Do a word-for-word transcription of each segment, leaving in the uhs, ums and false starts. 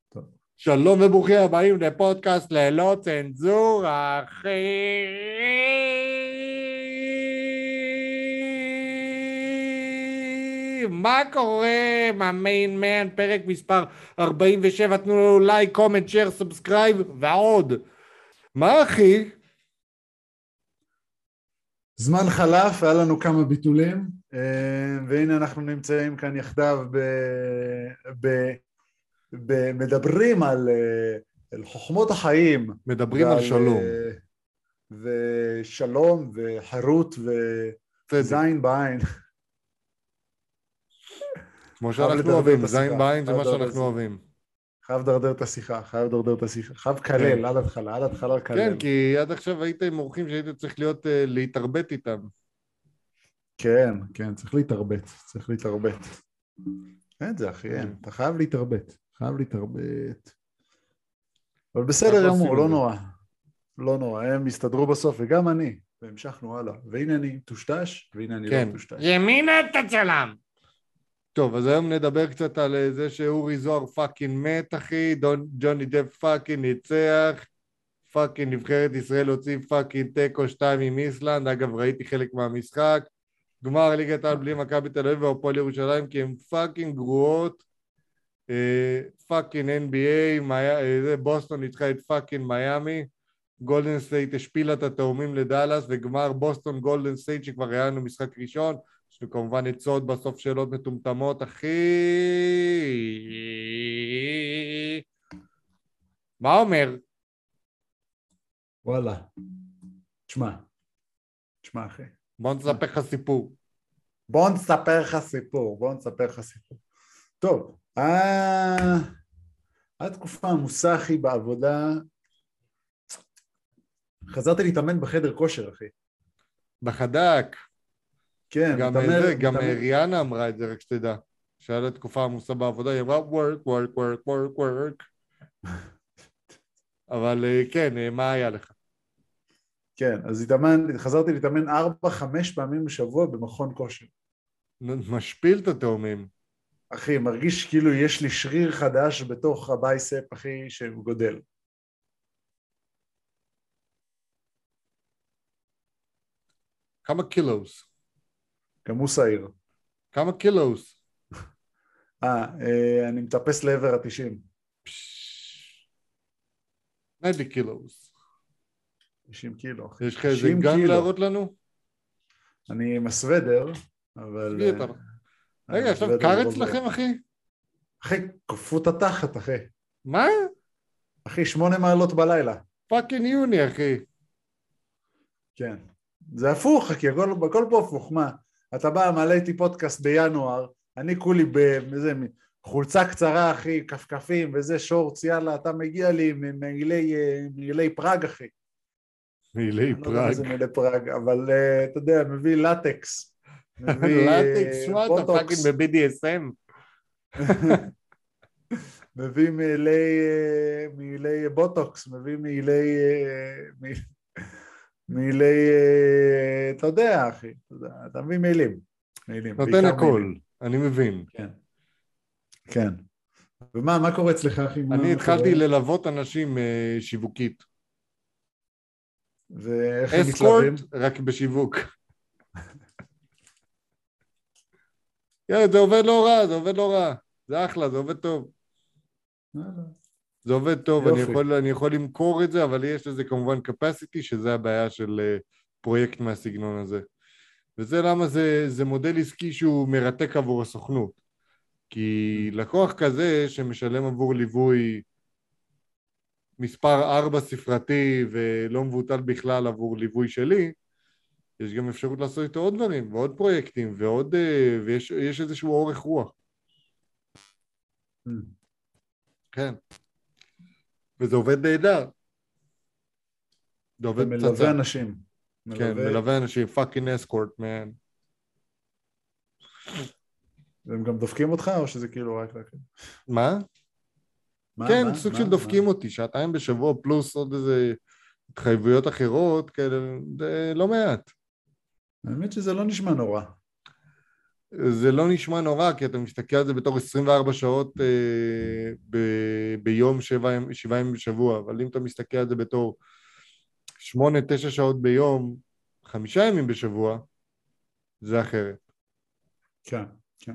טוב. שלום וברוכים הבאים לפודקאסט ללא צנזורה, אחי. מה קורה, מהמיין מן, פרק מספר ארבעים ושבע, תנו לנו לייק, קומנט, שייר, סאבסקרייב ועוד. מה אחי? זמן חלף, היה לנו כמה ביטולים, והנה אנחנו נמצאים כאן יחדיו ב... ב... ב... מדברים על, על חוכמות החיים. מדברים ועל... על שלום. ושלום וחירות וזין בעין. כמו שאנחנו אוהבים, זין בעין זה מה שאנחנו אוהבים. חייב דרדר את השיחה, חייב דרדר את השיחה, חייב כלל, עד התחלה, עד התחלה כלל. כן, כי עד עכשיו היית עם אורחים שהיית צריך להיות, להתרבט איתם. כן, כן, צריך להתרבט, צריך להתרבט. אין זה אחי, אין, אתה חייב להתרבט, חייב להתרבט. אבל בסדר גמור, לא נורא, לא נורא, הם הסתדרו בסוף, וגם אני, והמשכנו הלאה, והנה אני טושטש, והנה אני לא טושטש. ימינה תצלם. טוב, אז היום נדבר קצת על זה שאורי זוהר פאקינג מת, אחי, ג'וני דפ פאקינג ניצח, פאקינג נבחרת ישראל הוציא פאקינג טקו שתיים עם איסלנד, אגב ראיתי חלק מהמשחק, גמר ליגת העל בלי מכבי תל אביב והפועל ירושלים, כי הם פאקינג גרועות, פאקינג אן בי איי, בוסטון ניצחה את פאקינג מיאמי, גולדן סטייט השפילה את התאומים לדלס, וגמר בוסטון גולדן סטייט שכבר היה לנו משחק ראשון, יש לנו כמובן עצות בסוף שאלות מטומטמות, אחי. מה אומר? וואלה, תשמע, תשמע אחי. בוא נספר לך סיפור. בוא נספר לך סיפור, בוא נספר לך סיפור. טוב, התקופה העמוסה אחי בעבודה, חזרתי להתאמן בחדר כושר אחי. בחדק. כן, גם מתאמן, זה, גם מתאמן. ריאנה אמרה את זה, רק שתדע. שהיה לה תקופה עמוסה בעבודה, היא אמרה work, work, work, work, work. אבל כן, מה היה לך? כן, אז התאמן, חזרתי להתאמן ארבע, חמש פעמים בשבוע במכון כושר. משפיל את התאומים. אחי, מרגיש כאילו יש לי שריר חדש בתוך הבייספ, אחי, שהוא גודל. כמה קילוס? גם הוא שעיר. כמה קילוס? אה, אני מטפס לעבר התשעים. נדלי קילוס. תשעים קילו. יש לך איזה גן להראות לנו? אני עם הסוודר, אבל... רגע, עכשיו קר אצלכם, אחי? אחי, כפו את התחת, אחי. מה? אחי, שמונה מעלות בלילה. פאקינג יוני, אחי. כן. זה הפוך, אחי, הכל, הכל פה הפוך. מה? אתה בא, מעלה איתי פודקאסט בינואר, אני כולי באיזה חולצה קצרה, אחי, כפכפים וזה שורץ, יאללה, אתה מגיע לי מעילי פראג, אחי. מעילי פראג. אני לא יודע מה זה מעילי פראג, אבל אתה יודע, מביא לטקס. לטקס, שמה, אתה פאקינג ב-בי די אס אם. מביא מעילי בוטוקס, מביא מעילי... מעילי... אתה יודע, אחי, אתה מביא מעילים. נותן הכל, אני מבין. כן. כן. ומה, מה קורה אצלך, אחי? אני התחלתי ללוות אנשים שיווקית. ואיך הם מתלווים? אסקורט, רק בשיווק. זה עובד לא רע, זה עובד לא רע. זה אחלה, זה עובד טוב. זה עובד טוב, אני יכול, אני יכול למכור את זה, אבל יש לזה כמובן capacity, שזה הבעיה של פרויקט מהסגנון הזה. וזה למה זה, זה מודל עסקי שהוא מרתק עבור הסוכנות. כי לקוח כזה שמשלם עבור ליווי מספר ארבע ספרתי ולא מבוטל בכלל עבור ליווי שלי, יש גם אפשרות לעשות איתו עוד דברים ועוד פרויקטים ועוד, ויש יש איזשהו אורך רוח. כן. וזה עובד נהדר. זה עובד פצצה. מלווה אנשים. כן, מלווה אנשים, פאקינג אסקורט, מן. והם גם דופקים אותך או שזה כאילו רק רק? מה? כן, סוג של דופקים אותי, שעתיים בשבוע פלוס עוד איזה התחייבויות אחרות, כאלה, זה לא מעט. האמת שזה לא נשמע נורא. זה לא נשמע נורא, כי אתה מסתכל על זה בתור עשרים וארבע שעות אה, ביום שבעה שבע ימים בשבוע, אבל אם אתה מסתכל על זה בתור שמונה, תשע שעות ביום, חמישה ימים בשבוע, זה אחרת. כן, כן.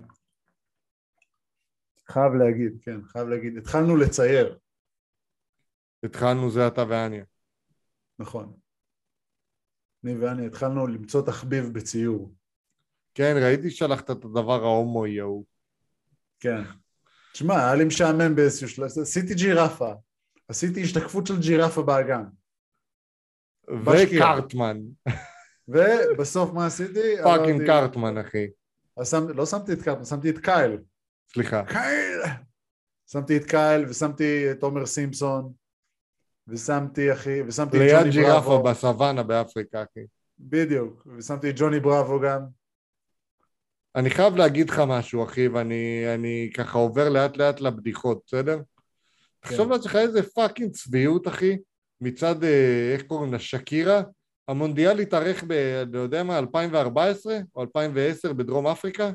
חייב להגיד, כן, חייב להגיד. התחלנו לצייר. התחלנו זה אתה ואניה. נכון. אני ואני התחלנו למצוא תחביב בציור. כן, ראיתי שלחת את הדבר ההומואי ההוא. כן. תשמע, היה לי משעמם באיזשהו שלב. עשיתי ג'ירפה. עשיתי השתקפות של ג'ירפה באגן. וקרטמן. ובסוף מה עשיתי? פאקינג קרטמן, אחי. לא שמתי את קרטמן, שמתי את קייל. סליחה. קייל! שמתי את קייל ושמתי את עומר סימפסון. ושמתי, אחי, ושמתי את ג'וני בראבו. ליד ג'ירפה בסוואנה באפריקה, אחי. בדיוק. ושמתי את ג'וני בראבו גם. אני חייב להגיד לך משהו, אחי, ואני אני ככה עובר לאט לאט לבדיחות, בסדר? תחשוב לעצמך איזה פאקינג צביעות, אחי, מצד, איך קוראים לה, שקירה, המונדיאל התארך ב, לא יודע מה, אלפיים וארבע עשרה או אלפיים ועשר בדרום אפריקה,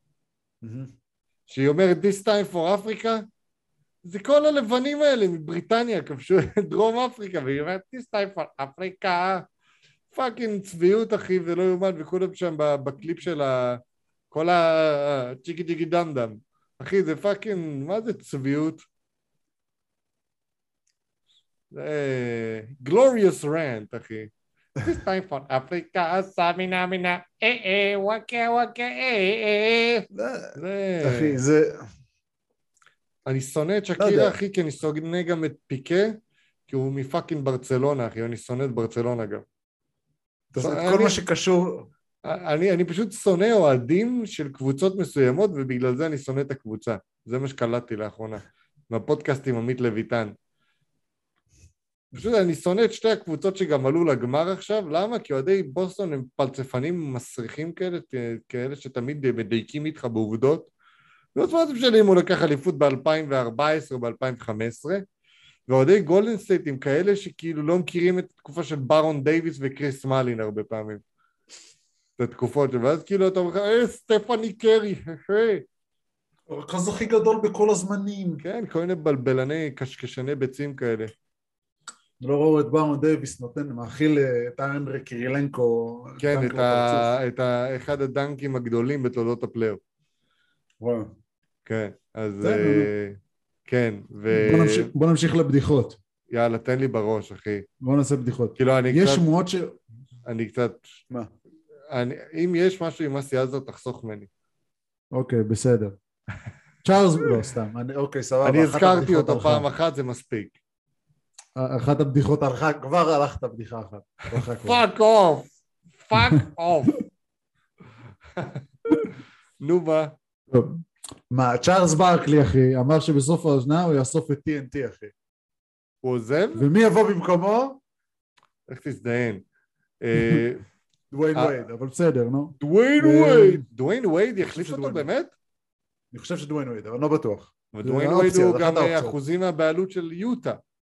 שהיא אומרת, this time for Africa, זה כל הלבנים האלה מבריטניה, כבשו את דרום אפריקה, והיא אומרת, this time for Africa, פאקינג צביעות, אחי, ולא יומן, וכולם שם בקליפ של ה... כל הצ'יקי צ'יקי דם דם. אחי, זה פאקינג, מה זה צביעות? זה... glorious rant, אחי. This time for Africa, סמינה מינה, אה אה, וואקה וואקה, אה אה. אחי, זה... אני שונא את שקירה, אחי, כי אני שונא גם את פיקה, כי הוא מפאקינג ברצלונה, אחי, אני שונא את ברצלונה גם. את כל מה שקשור... אני, אני פשוט שונא אוהדים של קבוצות מסוימות, ובגלל זה אני שונא את הקבוצה. זה מה שקלטתי לאחרונה, מהפודקאסט עם עמית לויטן. פשוט אני שונא את שתי הקבוצות שגם עלו לגמר עכשיו, למה? כי אוהדי בוסטון הם פלצפנים מסריחים כאלה, כאלה שתמיד מדייקים איתך בעובדות. לא יודעת מה זה משנה אם הוא לקח אליפות ב-אלפיים וארבע עשרה או ב-אלפיים וחמש עשרה, ואוהדי גולדן סטייט הם כאלה שכאילו לא מכירים את התקופה של ברון דייביס וקריס מלין הרבה פעמים. את התקופות, ואז כאילו אתה אומר, אה, סטפני קרי, היי. הרכז הכי גדול בכל הזמנים. כן, כל מיני בלבלני, קשקשני ביצים כאלה. לא ראו את ברון דייביס נותן, מאכיל את אנדרי קירילנקו. כן, את, ה, את ה, אחד הדנקים הגדולים בתולדות הפלייאוף. וואו. כן, אז... uh, כן, ו... בוא נמשיך, בוא נמשיך לבדיחות. יאללה, תן לי בראש, אחי. בוא נעשה בדיחות. כאילו, אני יש קצת... שמועות ש... אני קצת... מה? אני... אם יש משהו עם אסי עזר, תחסוך ממני. אוקיי, בסדר. צ'ארלס... לא, סתם. אני... אוקיי, סבבה. אני הזכרתי אותו פעם אחת, זה מספיק. אחת הבדיחות הלכה, כבר הלכת בדיחה אחת. פאק אוף! פאק אוף! נו מה? מה, צ'ארלס ברקלי, אחי, אמר שבסוף העונה הוא יאסוף את טי אן טי, אחי. הוא עוזב? ומי יבוא במקומו? איך תזדיין? דוויין וייד, אבל בסדר, נו. דוויין וייד! דוויין וייד יחליף אותו באמת? אני חושב שדוויין וייד, אבל לא בטוח. ודוויין וייד הוא גם אחוזים מהבעלות של יוטה.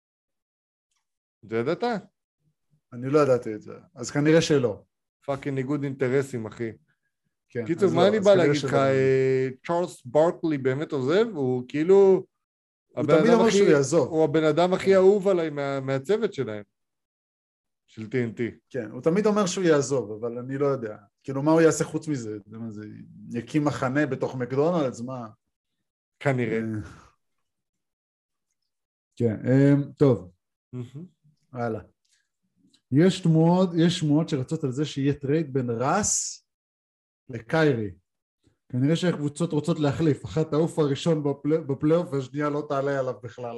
זה ידעת? אני לא ידעתי את זה, אז כנראה שלא. פאקינג ניגוד אינטרסים, אחי. כן, קיצור, מה אני בא להגיד לך? צ'ארלס ברקלי באמת עוזב, הוא כאילו... הוא תמיד אומר שהוא יעזוב. הוא הבן אדם הכי אהוב עליי מהצוות שלהם, של טי אן טי. כן, הוא תמיד אומר שהוא יעזוב, אבל אני לא יודע. כאילו, מה הוא יעשה חוץ מזה? זה יקים מחנה בתוך מקדונלדס, מה? כנראה. כן, טוב. הלאה. יש שמועות, יש שמועות שרצות על זה שיהיה טרייד בין ראס לקיירי. כנראה שהקבוצות רוצות להחליף. אחת תעוף הראשון בפלייאוף והשנייה לא תעלה עליו בכלל.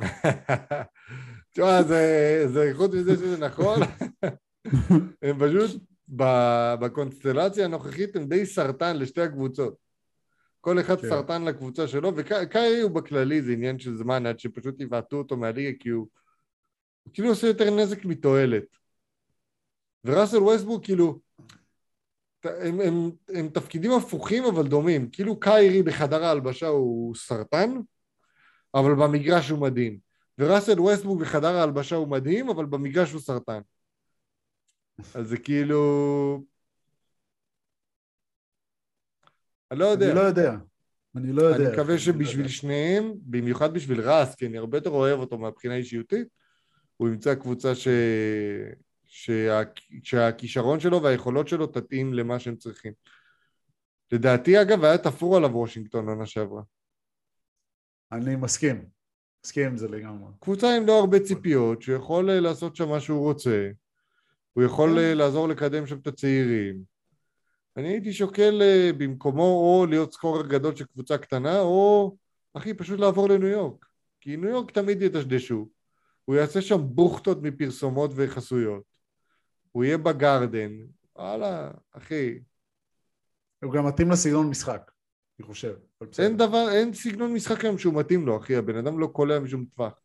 תשמע, זה חוץ מזה שזה נכון. הם פשוט בקונסטלציה הנוכחית הם די סרטן לשתי הקבוצות. כל אחד סרטן לקבוצה שלו, וקיירי הוא בכללי, זה עניין של זמן עד שפשוט יבעטו אותו מהליגה, כי הוא כאילו עושה יותר נזק מתועלת. וראסל ווסטברוק כאילו, הם, הם, הם תפקידים הפוכים אבל דומים, כאילו קיירי בחדר ההלבשה הוא סרטן, אבל במגרש הוא מדהים, וראסל ווסטברוק בחדר ההלבשה הוא מדהים, אבל במגרש הוא סרטן. אז זה כאילו... אני לא יודע. אני לא יודע. אני לא יודע. אני מקווה שבשביל שניהם, במיוחד בשביל רס, כי אני הרבה יותר אוהב אותו מהבחינה אישיותית, הוא ימצא קבוצה ש... שה... שהכישרון שלו והיכולות שלו תתאים למה שהם צריכים. לדעתי, אגב, היה תפור עליו וושינגטון עונה שעברה. אני מסכים. מסכים עם זה לגמרי. קבוצה עם לא הרבה ציפיות, שיכול לעשות שם מה שהוא רוצה, הוא יכול לעזור לקדם שם את הצעירים. אני הייתי שוקל במקומו או להיות סקורר גדול של קבוצה קטנה, או, אחי, פשוט לעבור לניו יורק. כי ניו יורק תמיד יתשדשו. הוא יעשה שם בוכטות מפרסומות וחסויות. הוא יהיה בגרדן. וואלה, אחי. הוא גם מתאים לסגנון משחק, אני חושב. אין דבר, אין סגנון משחק היום שהוא מתאים לו, אחי. הבן אדם לא קולע משום טווח.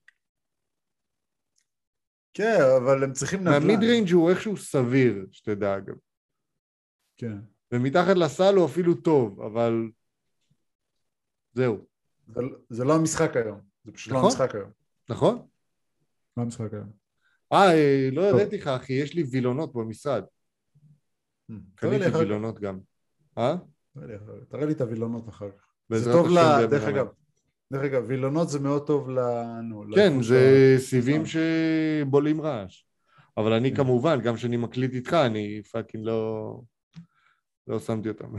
כן, אבל הם צריכים נדל"ן. מהמיד ריינג' הוא איכשהו סביר, שתדע אגב. כן. ומתחת לסל הוא אפילו טוב, אבל זהו. זה, זה לא המשחק היום. זה פשוט נכון? לא המשחק היום. נכון? לא המשחק היום. אה, לא ידעתי לך, אחי, יש לי וילונות במשרד. קניתי וילונות גם. אה? תראה לי את הווילונות אחר כך. זה בעזרת טוב השם ל... בימים דרך הבאים. אגב, דרך אגב, וילונות זה מאוד טוב לנו. כן, לאיכות זה ה- סיבים שבולים רעש. אבל אני כן. כמובן, גם כשאני מקליט איתך, אני פאקינג לא... לא שמתי אותם.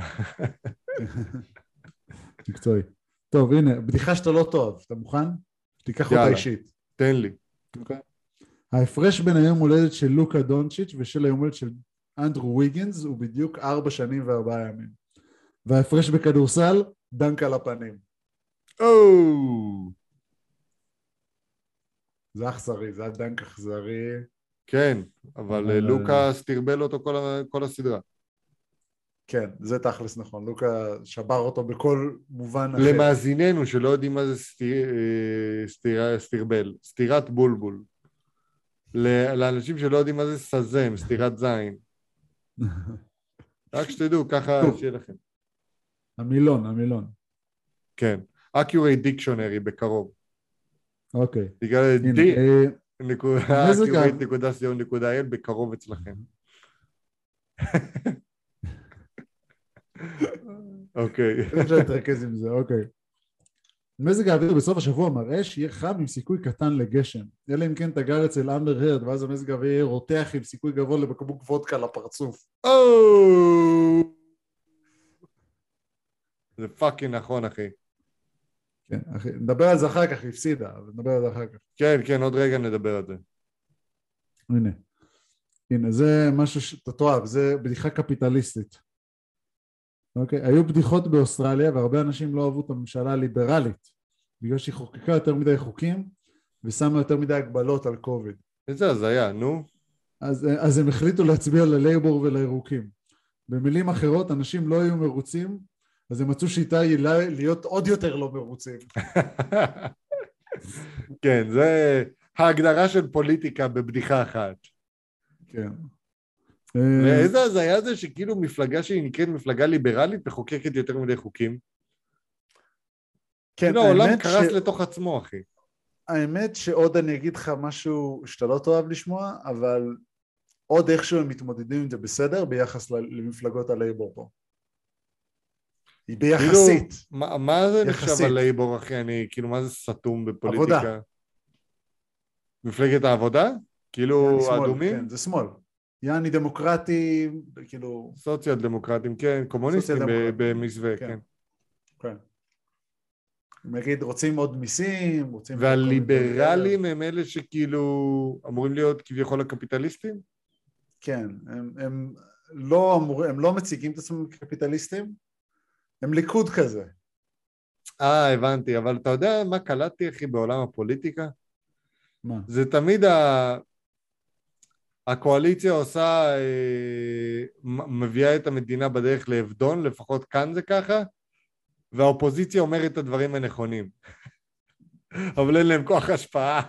מקצועי. טוב, הנה, בדיחה שאתה לא טוב. אתה מוכן? תיקח אותה יאללה. אישית. תן לי. אוקיי. ההפרש בין היום הולדת של לוקה דונצ'יץ' ושל היום הולדת של אנדרו ויגינס הוא בדיוק ארבע שנים וארבעה ימים. וההפרש בכדורסל, דנק על הפנים. או! זה אכזרי, זה הדנק אכזרי. כן, אבל אבל- לוקאס תרבל אותו כל ה- כל הסדרה. כן, זה תכלס נכון. לוקה שבר אותו בכל מובן אחר. למאזיננו שלא יודעים מה זה סטיר- אה, סטירה- סטירבל, סטירת בולבול. ל- לאנשים שלא יודעים מה זה סזם, סטירת זין. רק שתדעו, ככה טוב. שיהיה לכם. המילון, המילון. כן. Accurate Dictionary בקרוב. אוקיי. בגלל הנה, די, אה, נקודה, מזג ה- accurate נקודה סי או נקודה איי בקרוב אצלכם. אוקיי. אפשר להתרכז עם זה, אוקיי. מזג האוויר בסוף השבוע מראה שיהיה חם עם סיכוי קטן לגשם. אלא אם כן תגר אצל אמבר הרד, ואז המזג האוויר יהיה רותח עם סיכוי גבוה לבקבוק וודקה לפרצוף. או! זה פאקינג נכון, אחי. כן, אחי, נדבר על זה אחר כך, היא הפסידה, אבל נדבר על זה אחר כך. כן, כן, עוד רגע נדבר על זה. הנה. הנה, זה משהו שאתה תאהב, זה בדיחה קפיטליסטית. אוקיי, היו בדיחות באוסטרליה, והרבה אנשים לא אהבו את הממשלה הליברלית, בגלל שהיא חוקקה יותר מדי חוקים, ושמה יותר מדי הגבלות על קוביד. איזה הזיה, נו. אז, אז הם החליטו להצביע ללייבור ולירוקים. במילים אחרות, אנשים לא היו מרוצים, אז הם מצאו שיטה היא להיות עוד יותר לא מרוצים. כן, זה ההגדרה של פוליטיקה בבדיחה אחת. כן. ואיזה הזיה זה שכאילו מפלגה שהיא נקראת מפלגה ליברלית מחוקקת יותר מדי חוקים. כן, כאילו העולם האמת קרס ש- לתוך עצמו, אחי. האמת שעוד אני אגיד לך משהו שאתה לא תאהב לשמוע, אבל עוד איכשהו הם מתמודדים עם זה בסדר ביחס ל- למפלגות הלייבור פה. היא ביחסית. כאילו, מה, מה זה נחשב יחסית. הלייבור, אחי? אני, כאילו, מה זה סתום בפוליטיקה? עבודה. מפלגת העבודה? כאילו, יעני שמאל, האדומים? כן, זה שמאל. יעני דמוקרטי, כאילו... סוציאל דמוקרטים, כן, קומוניסטים סוציאל דמוקרטים. ב- במסווה, כן. כן. כן. נגיד, רוצים עוד מיסים, רוצים... כל מיני והליברלים דברים. הם אלה שכאילו אמורים להיות כביכול הקפיטליסטים? כן, הם, הם, לא אמור, הם לא מציגים את עצמם כקפיטליסטים, הם ליכוד כזה. אה, הבנתי, אבל אתה יודע מה קלטתי, אחי, בעולם הפוליטיקה? מה? זה תמיד ה... הקואליציה עושה, אה, מביאה את המדינה בדרך לאבדון, לפחות כאן זה ככה, והאופוזיציה אומרת את הדברים הנכונים. אבל אין להם כוח השפעה.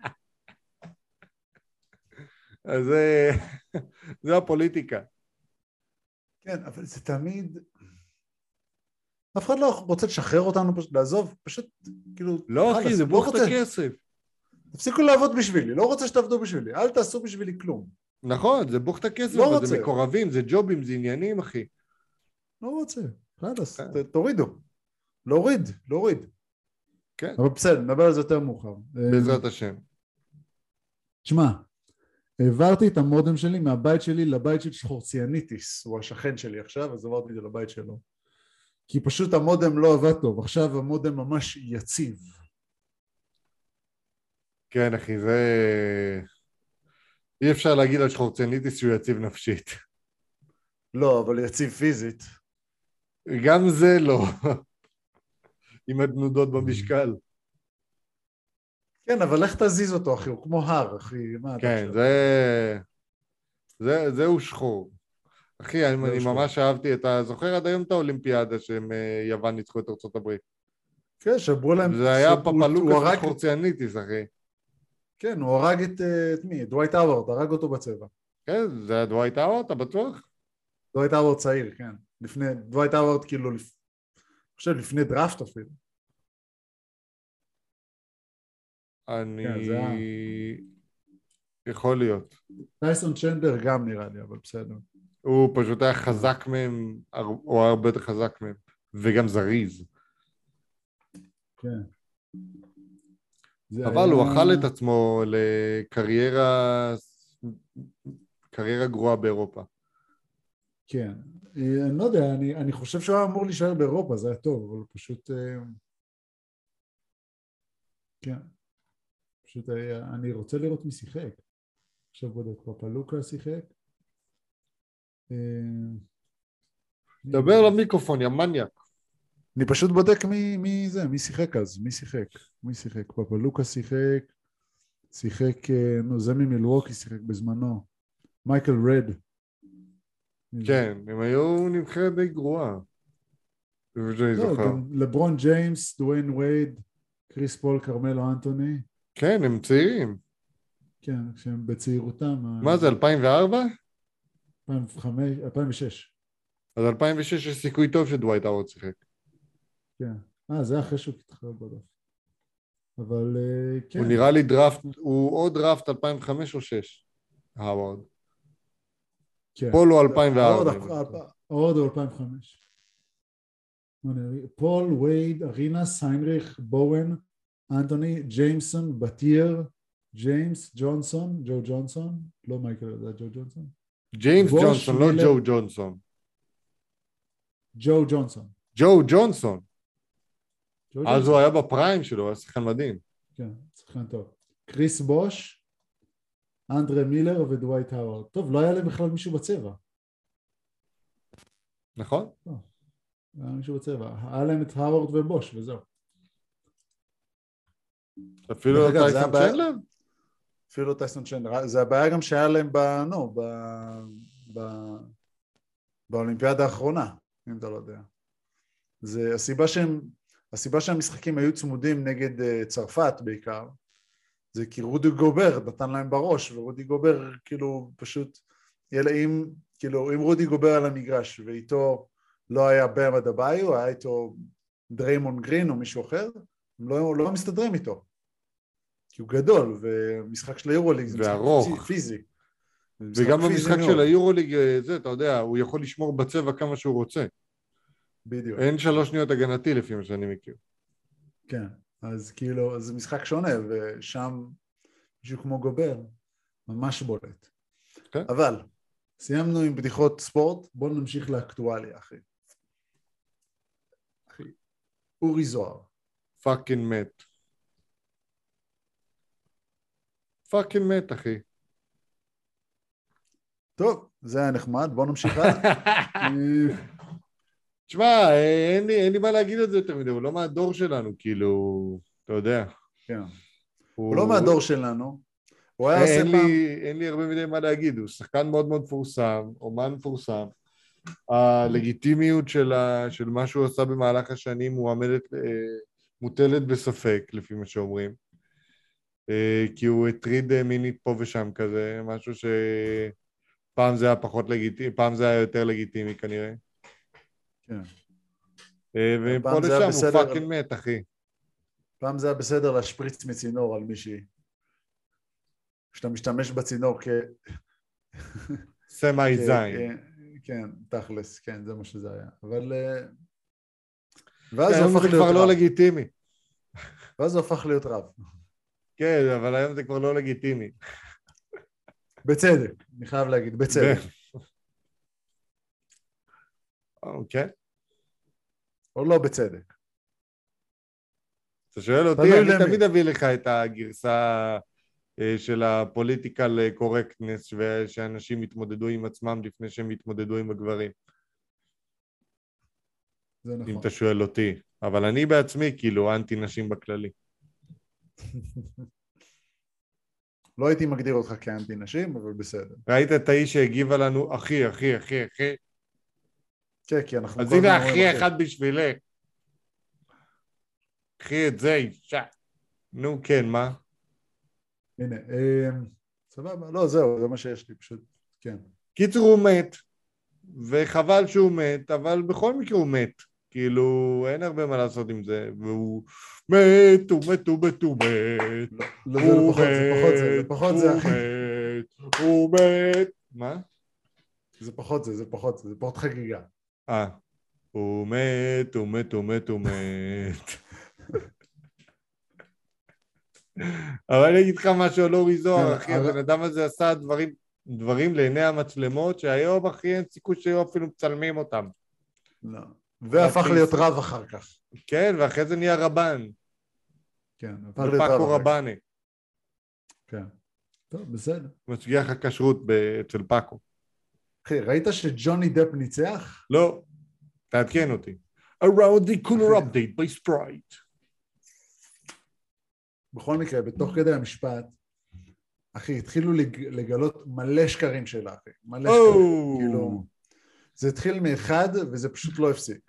אז זה, זה הפוליטיקה. כן, אבל זה תמיד... אף אחד לא רוצה לשחרר אותנו, פשוט לעזוב, פשוט כאילו... לא, חלס, אחי, זה בוח את רוצה. הכסף. תפסיקו לעבוד בשבילי, לא רוצה שתעבדו בשבילי, אל תעשו בשבילי כלום. נכון, זה בוח את הכסף, לא אבל רוצה. זה מקורבים, זה ג'ובים, זה עניינים, אחי. לא רוצה, חלס, כן. ת- תורידו. להוריד, להוריד. כן. אבל בסדר, נדבר על זה יותר מאוחר. בעזרת השם. תשמע, העברתי את המודם שלי מהבית שלי לבית של שחורציאניטיס, הוא השכן שלי עכשיו, אז עברתי את זה לבית שלו. כי פשוט המודם לא עבד טוב, עכשיו המודם ממש יציב. כן, אחי, זה... אי אפשר להגיד על שחורציאניטיס שהוא יציב נפשית. לא, אבל יציב פיזית. גם זה לא. עם התנודות במשקל. כן, אבל איך תזיז אותו, אחי? הוא כמו הר, אחי. מה אתה כן, חושב? זה... זה... זהו שחור. אחי, אני, אני ממש אהבתי את ה... זוכר עד היום את האולימפיאדה שהם יוון ניצחו את ארצות הברית. כן, שברו להם... זה היה הוא- פפלוקס הוא הרג- ושחורציאניטיס, אחי. כן, הוא הרג את, את מי? דווייט האוורד, הרג אותו בצבע. כן, זה דווייט האוורד, אתה בטוח? דווייט האוורד צעיר, כן. לפני, דווייט האוורד כאילו, לפ... אני חושב לפני דראפט אפילו. אני... כן, זה היה... יכול להיות. טייסון צ'נדלר גם נראה לי, אבל בסדר. הוא פשוט היה חזק מהם, הוא היה הרבה יותר חזק מהם, וגם זריז. כן. אבל היה... הוא אכל את עצמו לקריירה, קריירה גרועה באירופה. כן. אני לא יודע, אני, אני חושב שהוא היה אמור להישאר באירופה, זה היה טוב, אבל פשוט... כן. פשוט היה... אני רוצה לראות מי שיחק. עכשיו בודק, פפלוקה שיחק. דבר למיקרופון, יא מניאק. אני פשוט בודק מי, מי זה, מי שיחק אז, מי שיחק, מי שיחק, פפלוקה שיחק, שיחק, נו זה ממילווקי שיחק בזמנו, מייקל רד. כן, הם היו נבחרת די גרועה. לא, גם לברון ג'יימס, דוויין וייד, קריס פול, קרמלו אנטוני. כן, הם צעירים. כן, כשהם בצעירותם. מה זה, אלפיים וארבע? אלפיים וחמש, אלפיים ושש. אז אלפיים ושש יש סיכוי טוב שדווייט האוורד שיחק. כן. אה, זה אחרי שהוא התחרר בדף. אבל כן. הוא נראה לי דראפט, הוא או דראפט אלפיים וחמש או שש, האוורד. כן. פול הוא אלפיים וארבע. עוד הוא אלפיים וחמש. פול, וייד, ארינס, היינריך, בואן, אנטוני, ג'יימסון, בתיר, ג'יימס, ג'ונסון, ג'ו ג'ונסון, לא מייקל, זה ג'ו ג'ונסון. ג'יימס ג'ונסון, לא ג'ו ג'ונסון. ג'ו ג'ונסון. ג'ו ג'ונסון. אז הוא היה בפריים שלו, הוא היה שחקן מדהים. כן, שחקן טוב. קריס בוש, אנדרה מילר ודווייט האוורד. טוב, לא היה להם בכלל מישהו בצבע. נכון? לא, היה מישהו בצבע. היה להם את האוורד ובוש וזהו. אפילו טייסון צ'נדלר? אפילו טייסון צ'נדלר. זה הבעיה גם שהיה להם ב... נו, ב... ב... באולימפיאדה האחרונה, אם אתה לא יודע. זה הסיבה שהם... הסיבה שהמשחקים היו צמודים נגד uh, צרפת בעיקר, זה כי רודי גובר נתן להם בראש, ורודי גובר כאילו פשוט, יאללה, אם, כאילו, אם רודי גובר על המגרש ואיתו לא היה בם אדבאיו, היה איתו דריימון גרין או מישהו אחר, הם לא, לא מסתדרים איתו, כי הוא גדול, ומשחק של היורוליג זה משחק פיזי. וגם במשחק של היורוליג, זה, אתה יודע, הוא יכול לשמור בצבע כמה שהוא רוצה. בדיוק. אין שלוש שניות הגנתי לפי מה שאני מכיר. כן, אז כאילו, זה משחק שונה, ושם מישהו כמו גובר, ממש בולט. כן. אבל, סיימנו עם בדיחות ספורט, בואו נמשיך לאקטואליה, אחי. אחי, אורי זוהר. פאקינג מת. פאקינג מת, אחי. טוב, זה היה נחמד, בואו נמשיך הלאה. תשמע, אין לי, אין לי מה להגיד את זה יותר מדי, הוא לא מהדור שלנו, כאילו, אתה יודע. כן. הוא, הוא לא מהדור שלנו. הוא היה אין, עושה פעם... לי, אין לי הרבה מדי מה להגיד, הוא שחקן מאוד מאוד מפורסם, אומן מפורסם. הלגיטימיות של, ה, של מה שהוא עשה במהלך השנים מועמדת, מוטלת בספק, לפי מה שאומרים. כי הוא הטריד מינית פה ושם כזה, משהו שפעם זה היה פחות לגיטימי, פעם זה היה יותר לגיטימי כנראה. כן. ופה לשם הוא פאקינג מת, אחי. פעם זה היה בסדר להשפריץ מצינור על מישהי. כשאתה משתמש בצינור כ... סמאי זין. כן, תכלס, כן, זה מה שזה היה. אבל... ואז זה הפך להיות כבר רב. לא לגיטימי. ואז זה הפך להיות רב. כן, אבל היום זה כבר לא לגיטימי. בצדק, אני חייב להגיד, בצדק. אוקיי. או לא בצדק. אתה שואל אותי, אני תמיד אביא לך את הגרסה של הפוליטיקל קורקטנס, ושאנשים יתמודדו עם עצמם לפני שהם יתמודדו עם הגברים. זה נכון. אם אתה שואל אותי. אבל אני בעצמי כאילו אנטי נשים בכללי. לא הייתי מגדיר אותך כאנטי נשים, אבל בסדר. ראית את האיש שהגיבה לנו, אחי, אחי, אחי, אחי. כן, כי אנחנו... אז הנה אחי אחד בשבילך. אחי את זה, אישה. נו, כן, מה? הנה, סבבה, לא, זהו, זה מה שיש לי, פשוט, כן. קיצור הוא מת, וחבל שהוא מת, אבל בכל מקרה הוא מת. כאילו, אין הרבה מה לעשות עם זה, והוא מת, הוא מת, הוא מת, הוא מת. לא, זה לא פחות, זה פחות זה, זה פחות זה, אחי. הוא מת. מה? זה פחות זה, זה פחות זה, זה פחות חגיגה. אה, הוא מת, הוא מת, הוא מת, הוא מת. אבל אני אגיד לך משהו, לא ריזור, אחי, הבן אדם הזה עשה דברים, דברים לעיני המצלמות, שהיום, אחי, אין סיכוי שהיו אפילו מצלמים אותם. לא. והפך להיות רב אחר כך. כן, ואחרי זה נהיה רבן. כן, הפך להיות רב פאקו רבני. כן. טוב, בסדר. משגיח הכשרות אצל פאקו. אחי, ראית שג'וני דפ ניצח? לא, תעדכן אותי. Around the cooler update by Sprite. בכל מקרה, בתוך כדי המשפט, אחי, התחילו לגלות מלא שקרים שלה, אחי. מלא שקרים. כאילו, זה התחיל מאחד, וזה פשוט לא הפסיק.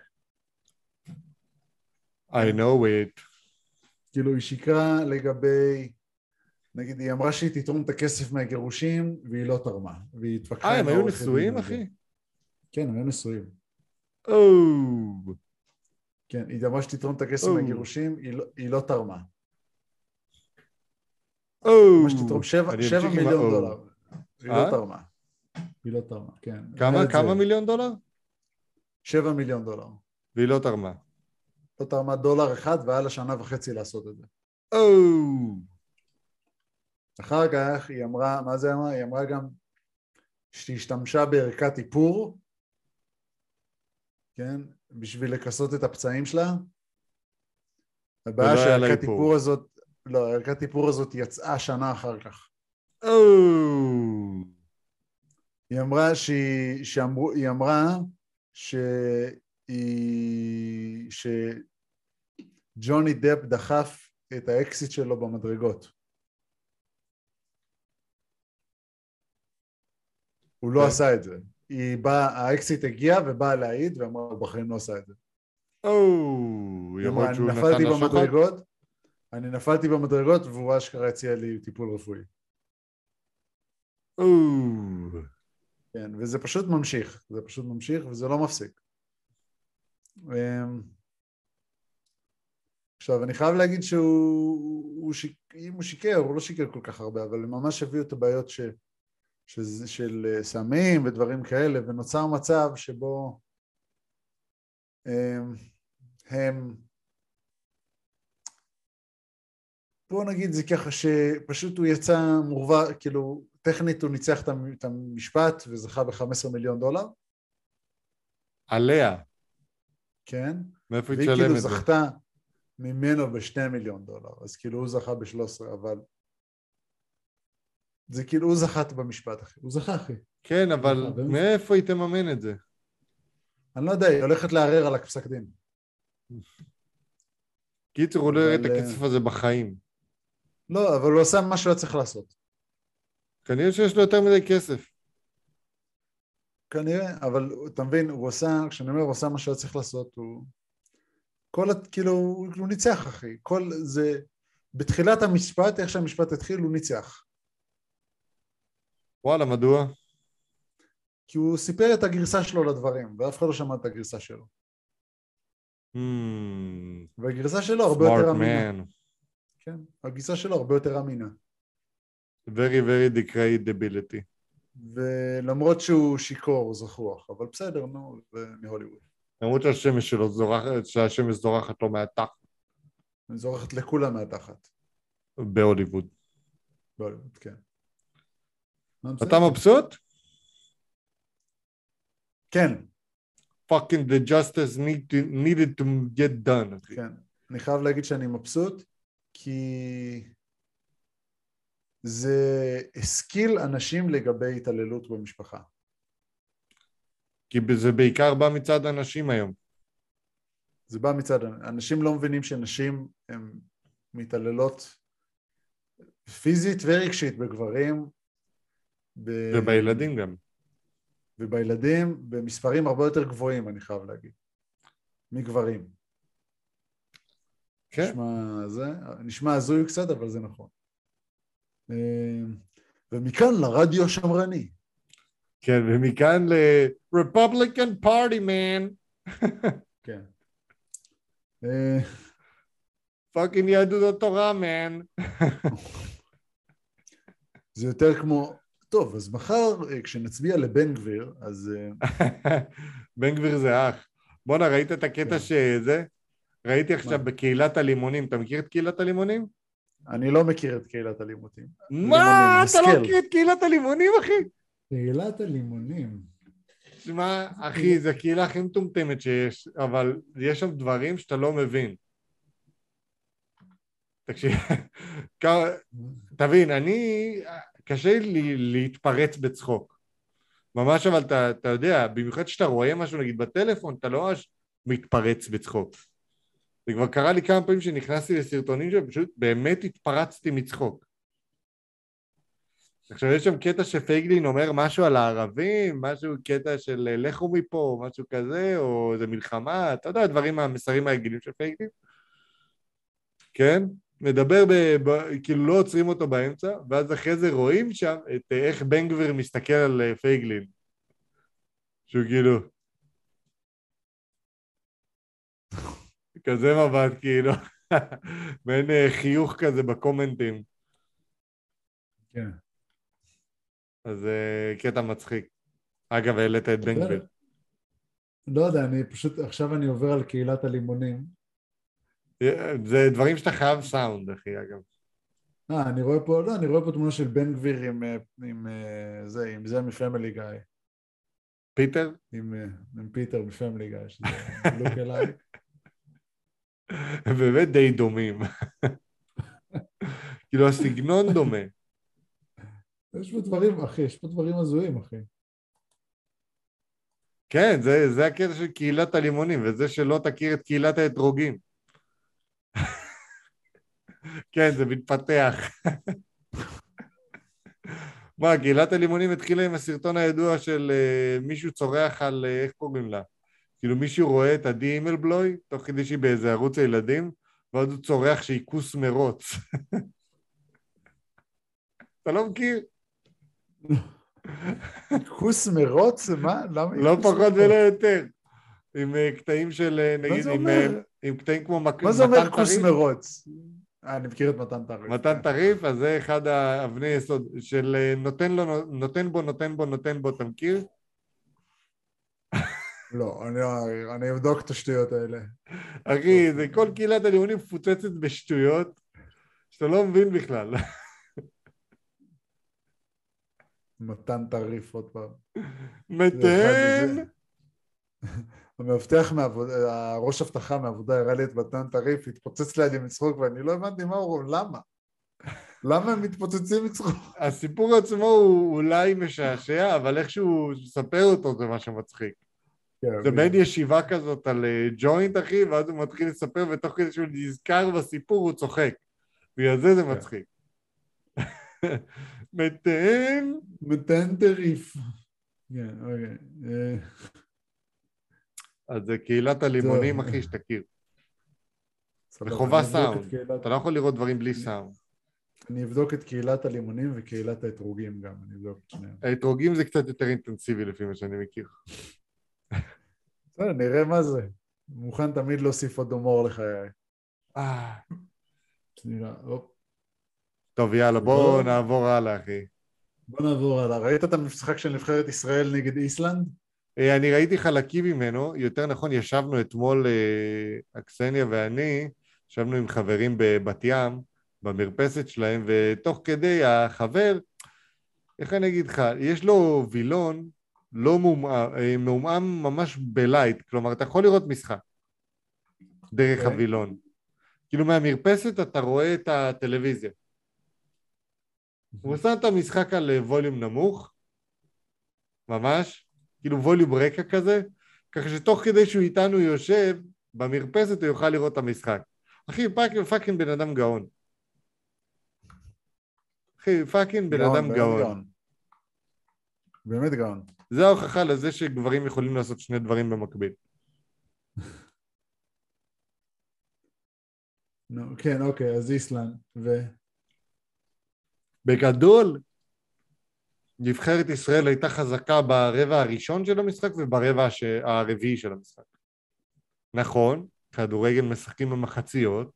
I know it. כאילו, היא שיקרה לגבי, נגיד, היא אמרה שהיא תתרום את הכסף מהגירושים, והיא לא תרמה. והיא התווכחה... אה, הם היו נשואים, אחי? כן, הם היו נשואים. או. כן, היא אמרה שתתרום את הכסף מהגירושים, היא לא תרמה. מה שתתרום, שבע מיליון דולר. היא לא תרמה. היא לא תרמה, כן. כמה מיליון דולר? שבע מיליון דולר. והיא לא תרמה. לא תרמה דולר אחד, והיה לה שנה וחצי לעשות את זה. או. אחר כך היא אמרה, מה זה אמרה? היא אמרה גם שהשתמשה בערכת איפור, כן? בשביל לכסות את הפצעים שלה. הבעיה שהערכת איפור הזאת, לא, הערכת איפור הזאת יצאה שנה אחר כך. או. היא אמרה שהיא, שאמרו, היא אמרה שהיא, שג'וני דפ דחף את האקסיט שלו במדרגות. הוא לא עשה את זה. היא באה, האקסיט הגיע ובאה להעיד ואמרה, הוא בחיים לא עשה את זה. או, יכול להיות שהוא נתן לשוחד? אני נפלתי במדרגות והוא אשכרה הציע לי טיפול רפואי. או. כן, וזה פשוט ממשיך, זה פשוט ממשיך וזה לא מפסיק. עכשיו, אני חייב להגיד שהוא, הוא שיק, אם הוא שיקר, הוא לא שיקר כל כך הרבה, אבל הם ממש הביאו את הבעיות ש, ש, של סמים ודברים כאלה, ונוצר מצב שבו הם, הם בוא נגיד זה ככה שפשוט הוא יצא מורווה, כאילו טכנית הוא ניצח את המשפט וזכה ב-חמישה עשר מיליון דולר. עליה. כן. מאיפה היא תשלם והיא כאילו את זה? זכתה ממנו בשני מיליון דולר, אז כאילו הוא זכה ב-שלושה עשר, אבל זה כאילו הוא זכת במשפט, אחי. הוא זכה, אחי. כן, אבל מאיפה היא תממן את זה? אני לא יודע, היא הולכת לערער על הפסק דין. קיצור, הוא לא יראה את הכסף הזה בחיים. לא, אבל הוא עושה מה שהוא צריך לעשות. כנראה שיש לו יותר מדי כסף. כנראה, אבל אתה מבין, הוא עושה, כשאני אומר הוא עושה מה שהוא צריך לעשות, הוא... כל, כאילו, הוא ניצח, אחי. כל זה... בתחילת המשפט, איך שהמשפט התחיל, הוא ניצח. וואלה, מדוע? כי הוא סיפר את הגרסה שלו לדברים, ואף אחד לא שמע את הגרסה שלו. Hmm. והגרסה שלו הרבה יותר אמינה. Man. כן, הגרסה שלו הרבה יותר אמינה. Very very credibility. ולמרות שהוא שיקור, זכוח, אבל בסדר, נו, זה מהוליווד. למרות שהשמש שלו זורחת, שהשמש זורחת לו מהתחת. היא זורחת לכולם מהתחת. בהוליווד. בהוליווד, כן. אתה מבסוט? כן. Fucking the justice need to, needed to get done. כן. אני חייב להגיד שאני מבסוט, כי זה השכיל אנשים לגבי התעללות במשפחה. כי זה בעיקר בא מצד אנשים היום. זה בא מצד, אנשים לא מבינים שנשים הן מתעללות פיזית ורגשית בגברים. ב... ובילדים גם. ובילדים במספרים הרבה יותר גבוהים, אני חייב להגיד, מגברים. כן. נשמע, זה, נשמע הזוי קצת, אבל זה נכון. ומכאן לרדיו השמרני. כן, ומכאן ל-Republican Party, man. כן. פאקינג יהדות התורה, man. זה יותר כמו, טוב, אז מחר כשנצביע לבן גביר, אז... בן גביר זה אח. בוא'נה, ראית את הקטע שזה? ראיתי עכשיו בקהילת הלימונים. אתה מכיר את קהילת הלימונים? אני לא מכיר את קהילת הלימונים. מה? אתה לא מכיר את קהילת הלימונים, אחי? קהילת הלימונים. שמע, אחי, זו הקהילה הכי מטומטמת שיש, אבל יש שם דברים שאתה לא מבין. תקשיב, תבין, אני, קשה לי להתפרץ בצחוק. ממש, אבל אתה, אתה יודע, במיוחד שאתה רואה משהו, נגיד בטלפון, אתה לא ממש מתפרץ בצחוק. זה כבר קרה לי כמה פעמים שנכנסתי לסרטונים שפשוט באמת התפרצתי מצחוק. עכשיו יש שם קטע שפייגלין אומר משהו על הערבים, משהו קטע של לכו מפה, משהו כזה, או זה מלחמה, אתה יודע, הדברים המסרים הרגילים של פייגלין. כן? מדבר, ב, ב, כאילו לא עוצרים אותו באמצע, ואז אחרי זה רואים שם את איך בן גביר מסתכל על פייגלין. שהוא כאילו... כזה מבט, כאילו. מעין חיוך כזה בקומנטים. כן. אז קטע מצחיק. אגב, העלית את בן גביר. לא יודע, אני פשוט, עכשיו אני עובר על קהילת הלימונים. זה דברים שאתה חייב סאונד, אחי, אגב. אה, אני רואה פה, לא, אני רואה פה תמונה של בן גביר עם, עם זה, עם זה מפמילי גיא. פיטר? עם, עם פיטר מפמילי גיא, שזה לוק אליי. באמת די דומים. כאילו, הסגנון דומה. יש פה דברים, אחי, יש פה דברים הזויים, אחי. כן, זה, זה הקטע של קהילת הלימונים, וזה שלא תכיר את קהילת האתרוגים. כן, זה מתפתח. מה, קהילת הלימונים התחילה עם הסרטון הידוע של uh, מישהו צורח על, uh, איך קוראים לה? כאילו מישהו רואה את עדי הימלבלוי, תוך כדי שהיא באיזה ערוץ הילדים, ואז הוא צורח שהיא כוס מרוץ. אתה לא מכיר? כוס מרוץ? מה? למה היא לא כוס פחות מרוץ? ולא יותר. עם uh, קטעים של, uh, נגיד, עם, uh, עם קטעים כמו מתן טריף. מה זה אומר כוס מרוץ? אה, אני מכיר את מתן טריף. מתן טריף, אז זה אחד האבני יסוד של נותן לו, נותן בו, נותן בו, נותן בו, אתה מכיר? לא, אני, אני אבדוק את השטויות האלה. אחי, זה כל קהילת הלימונים מפוצצת בשטויות שאתה לא מבין בכלל. מתן טריף עוד פעם. מתן! המאבטח מהעבודה, הראש הבטחה מהעבודה הראה לי את מתן טריף, התפוצץ לידי מצחוק ואני לא הבנתי מה הוא, למה? למה הם מתפוצצים מצחוק? הסיפור עצמו הוא אולי משעשע, אבל איכשהו ספר אותו זה מה שמצחיק. זה בין ישיבה כזאת על ג'וינט, אחי, ואז הוא מתחיל לספר, ותוך כדי שהוא נזכר בסיפור הוא צוחק. בגלל זה זה מצחיק. מתן? מתן טריף. כן, אוקיי. אז זה קהילת הלימונים, אחי, שתכיר. בחובה סאונד. אתה לא יכול לראות דברים בלי סאונד. אני אבדוק את קהילת הלימונים וקהילת האתרוגים גם, אני אבדוק את שניהם. האתרוגים זה קצת יותר אינטנסיבי לפי מה שאני מכיר. בסדר, נראה מה זה. מוכן תמיד להוסיף עוד הומור לחיי. טוב, יאללה, בואו נעבור הלאה, אחי. בואו נעבור הלאה. ראית את המשחק של נבחרת ישראל נגד איסלנד? אני ראיתי חלקים ממנו, יותר נכון ישבנו אתמול, אקסניה ואני, ישבנו עם חברים בבת ים, במרפסת שלהם, ותוך כדי החבר, איך אני אגיד לך, יש לו וילון לא מעומעם, מעומעם ממש בלייט, כלומר אתה יכול לראות משחק דרך אוקיי. הווילון. כאילו מהמרפסת אתה רואה את הטלוויזיה. הוא שם את המשחק על ווליום נמוך, ממש, כאילו ווליום רקע כזה, ככה שתוך כדי שהוא איתנו יושב, במרפסת הוא יוכל לראות את המשחק. אחי, פאקינג, פאקינג בן אדם גאון. אחי, פאקינג בן גאון, אדם באמת גאון. גאון. באמת גאון. זה ההוכחה לזה שגברים יכולים לעשות שני דברים במקביל. נו, כן, אוקיי, אז איסלנד, ו... בגדול, נבחרת ישראל הייתה חזקה ברבע הראשון של המשחק וברבע הש... הרביעי של המשחק. נכון, כדורגל משחקים במחציות,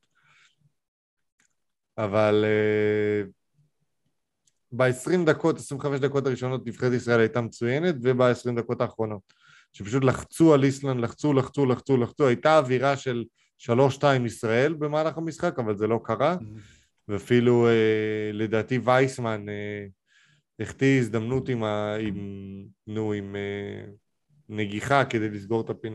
אבל uh, ב-עשרים דקות, עשרים וחמש דקות הראשונות נבחרת ישראל הייתה מצוינת, וב-עשרים דקות האחרונות, שפשוט לחצו על איסלנד, לחצו, לחצו, לחצו, לחצו, הייתה אווירה של שלוש שתיים ישראל במהלך המשחק, אבל זה לא קרה, ואפילו uh, לדעתי וייסמן uh, החטיא הזדמנות עם, ה... עם... נו, עם uh, נגיחה כדי לסגור את הפינה.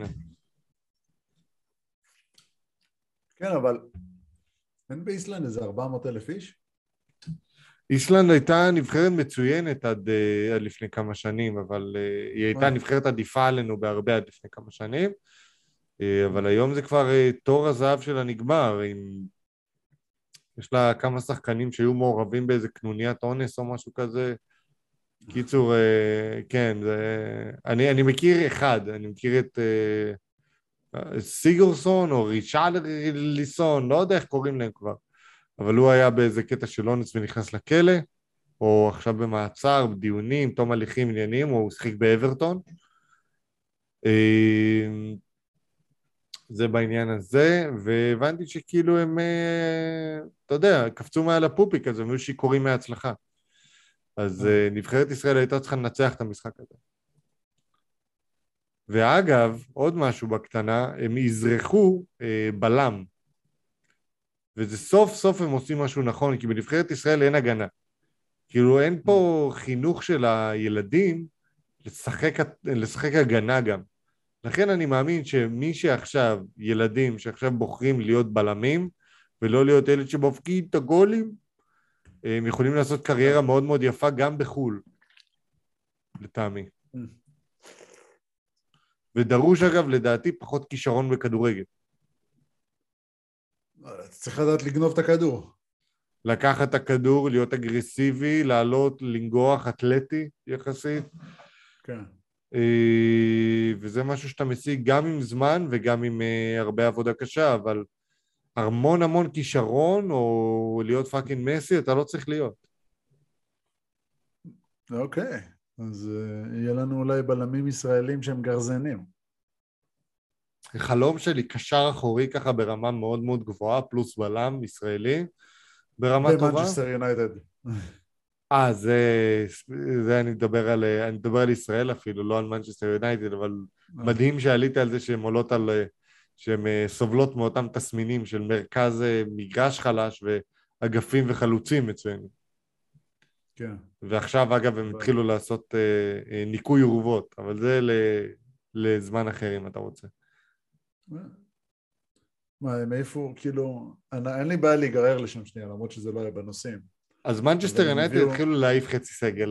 כן, אבל אין באיסלנד איזה ארבע מאות אלף איש? איסלנד הייתה נבחרת מצוינת עד, עד לפני כמה שנים, אבל uh, היא הייתה נבחרת עדיפה עלינו בהרבה עד לפני כמה שנים, uh, אבל היום זה כבר uh, תור הזהב שלה נגמר, עם... יש לה כמה שחקנים שהיו מעורבים באיזה קנוניית אונס או משהו כזה. קיצור, uh, כן, זה... אני, אני מכיר אחד, אני מכיר את uh, סיגורסון או ריצ'רליסון, לא יודע איך קוראים להם כבר. אבל הוא היה באיזה קטע של אונס ונכנס לכלא, או עכשיו במעצר, בדיונים, תום הליכים עניינים, או הוא שחיק באברטון. זה בעניין הזה, והבנתי שכאילו הם, אתה יודע, קפצו מעל הפופיק הזה, הם היו שיקורים מההצלחה. אז נבחרת ישראל הייתה צריכה לנצח את המשחק הזה. ואגב, עוד משהו בקטנה, הם יזרחו בלם. וזה סוף סוף הם עושים משהו נכון, כי בנבחרת ישראל אין הגנה. כאילו אין פה חינוך של הילדים לשחק, לשחק הגנה גם. לכן אני מאמין שמי שעכשיו, ילדים שעכשיו בוחרים להיות בלמים, ולא להיות ילד שבופקים את הגולים, הם יכולים לעשות קריירה מאוד מאוד יפה גם בחול, לטעמי. ודרוש אגב לדעתי פחות כישרון בכדורגל. צריך לדעת לגנוב את הכדור. לקחת את הכדור, להיות אגרסיבי, לעלות, לנגוח, אתלטי יחסית. כן. וזה משהו שאתה משיג גם עם זמן וגם עם הרבה עבודה קשה, אבל המון המון כישרון או להיות פאקינג מסי, אתה לא צריך להיות. אוקיי, אז יהיה לנו אולי בלמים ישראלים שהם גרזנים. החלום שלי קשר אחורי ככה ברמה מאוד מאוד גבוהה, פלוס בלם ישראלי, ברמה טובה. במנצ'סטר יונייטד. אה, זה, זה אני מדבר על, אני מדבר על ישראל אפילו, לא על מנצ'סטר יונייטד, אבל מדהים שעלית על זה שהן עולות על, שהן סובלות מאותם תסמינים של מרכז מגרש חלש ואגפים וחלוצים מצוינים. כן. ועכשיו אגב הם התחילו לעשות ניקוי אורוות, אבל זה לזמן אחר אם אתה רוצה. מה, הם איפה, כאילו, אין לי בעיה להיגרר לשם שנייה, למרות שזה לא היה בנושאים. אז מנצ'סטר יונייטד התחילו להעיף חצי סגל.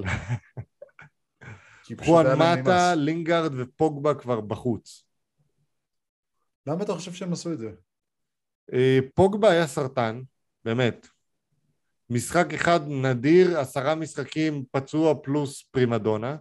חואן מטה, לינגארד ופוגבה כבר בחוץ. למה אתה חושב שהם עשו את זה? פוגבה היה סרטן, באמת. משחק אחד נדיר, עשרה משחקים פצוע פלוס פרימדונה.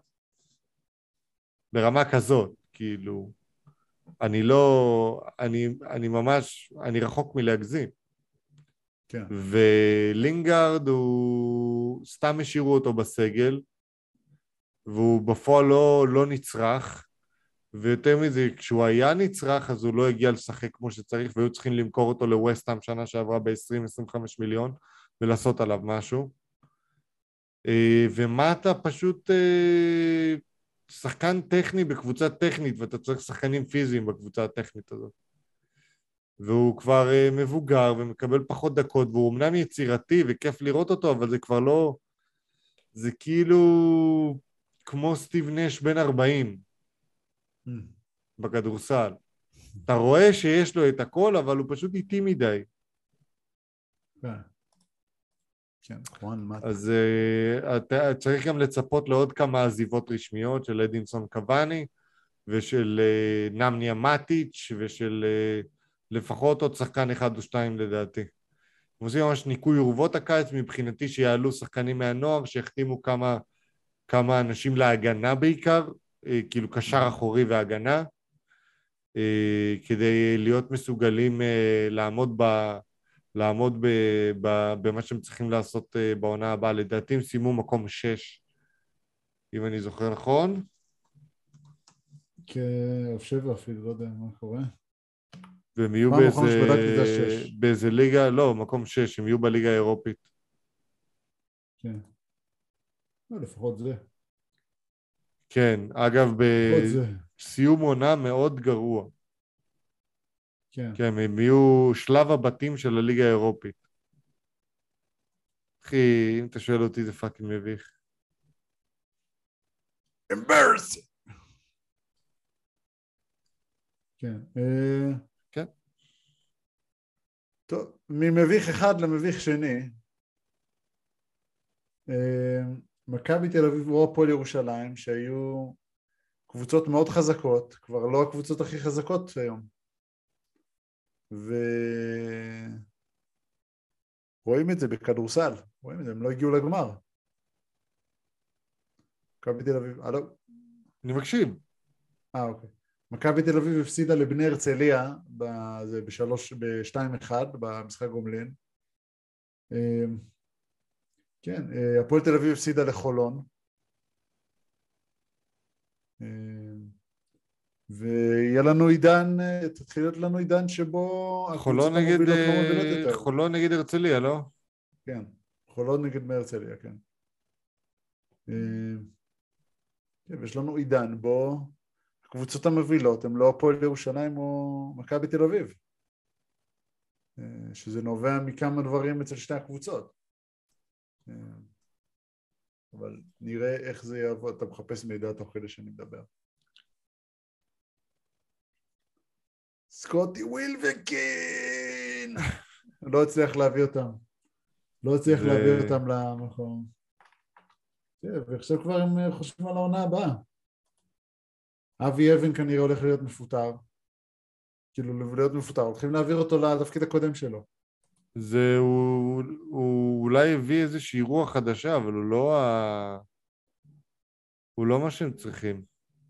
ברמה כזאת, כאילו... אני לא, אני, אני ממש, אני רחוק מלהגזים. כן. ולינגארד הוא, סתם השאירו אותו בסגל, והוא בפועל לא, לא נצרך, ויותר מזה, כשהוא היה נצרך, אז הוא לא הגיע לשחק כמו שצריך, והיו צריכים למכור אותו לווסטהאם שנה שעברה ב-עשרים עד עשרים וחמישה מיליון, ולעשות עליו משהו. ומטה פשוט... שחקן טכני בקבוצה טכנית, ואתה צריך שחקנים פיזיים בקבוצה הטכנית הזאת. והוא כבר מבוגר ומקבל פחות דקות, והוא אמנם יצירתי וכיף לראות אותו, אבל זה כבר לא... זה כאילו כמו סטיב נש בן ארבעים mm. בכדורסל. אתה רואה שיש לו את הכל, אבל הוא פשוט איטי מדי. כן. כן, נכון, מה? אז uh, אתה צריך גם לצפות לעוד כמה עזיבות רשמיות של אדינסון קוואני, ושל uh, נמניה מטיץ' ושל uh, לפחות עוד שחקן אחד או שתיים לדעתי. הם עושים ממש ניקוי אורוות הקיץ מבחינתי שיעלו שחקנים מהנוער, שיחתימו כמה, כמה אנשים להגנה בעיקר, uh, כאילו קשר אחורי והגנה, uh, כדי להיות מסוגלים uh, לעמוד ב... לעמוד ב, ב, במה שהם צריכים לעשות uh, בעונה הבאה. לדעתי הם סיימו מקום שש, אם אני זוכר נכון. שבע אפילו, לא יודע מה קורה. והם יהיו באיזה, באיזה ליגה, לא, מקום שש, הם יהיו בליגה האירופית. כן. לא, לפחות זה. כן, אגב, בסיום עונה מאוד גרוע. כן. כן, הם יהיו שלב הבתים של הליגה האירופית. אחי, אם אתה שואל אותי, זה פאקינג מביך. Embarrassing. כן. כן. טוב, ממביך אחד למביך שני. מכבי תל אביב או הפועל ירושלים, שהיו קבוצות מאוד חזקות, כבר לא הקבוצות הכי חזקות היום. ורואים את זה בכדורסל, רואים את זה, הם לא הגיעו לגמר. מכבי תל אביב, הלו? אני מקשיב. אה, אוקיי. מכבי תל אביב הפסידה לבני הרצליה בשלוש, בשתיים אחד, במשחק גומלין. כן, הפועל תל אביב הפסידה לחולון. ויהיה לנו עידן, תתחיל להיות לנו עידן שבו חולון נגד, חולון נגד הרצליה, לא? כן, חולון נגד מהרצליה, כן. ויש לנו עידן בו הקבוצות המובילות הן לא הפועל ירושלים או מכבי תל אביב, שזה נובע מכמה דברים אצל שתי הקבוצות. אבל נראה איך זה יעבוד. אתה מחפש מידע תוך כדי שאני מדבר. סקוטי ווילבקין! לא הצליח להביא אותם. לא הצליח ו... להביא אותם למקום. ועכשיו כבר הם חושבים על העונה הבאה. אבי אבן כנראה הולך להיות מפוטר. כאילו להיות מפוטר. הולכים להעביר אותו לתפקיד הקודם שלו. זה, הוא, הוא אולי הביא איזושהי רוח חדשה, אבל הוא לא ה... הוא לא מה שהם צריכים.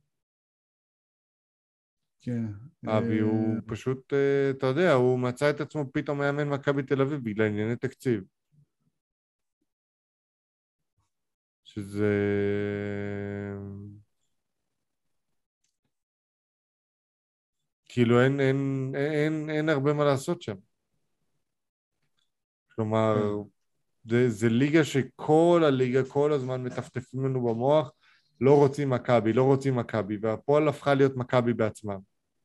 כן. אבי הוא פשוט, אתה יודע, הוא מצא את עצמו פתאום מאמן מכבי תל אביב בגלל ענייני תקציב. שזה... כאילו אין, אין, אין, אין הרבה מה לעשות שם. כלומר, זה, זה ליגה שכל הליגה, כל הזמן מטפטפים לנו במוח, לא רוצים מכבי, לא רוצים מכבי, והפועל הפכה להיות מכבי בעצמם.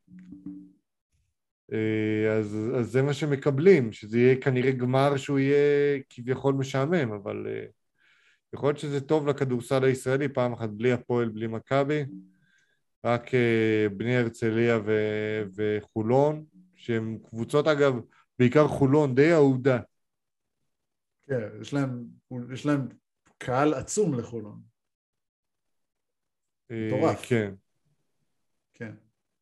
אז, אז זה מה שמקבלים, שזה יהיה כנראה גמר שהוא יהיה כביכול משעמם, אבל יכול להיות שזה טוב לכדורסל הישראלי, פעם אחת בלי הפועל, בלי מכבי, רק בני הרצליה ו- וחולון, שהם קבוצות אגב, בעיקר חולון, די אהודה. כן, יש להם, יש להם קהל עצום לחולון. מטורף. כן. כן.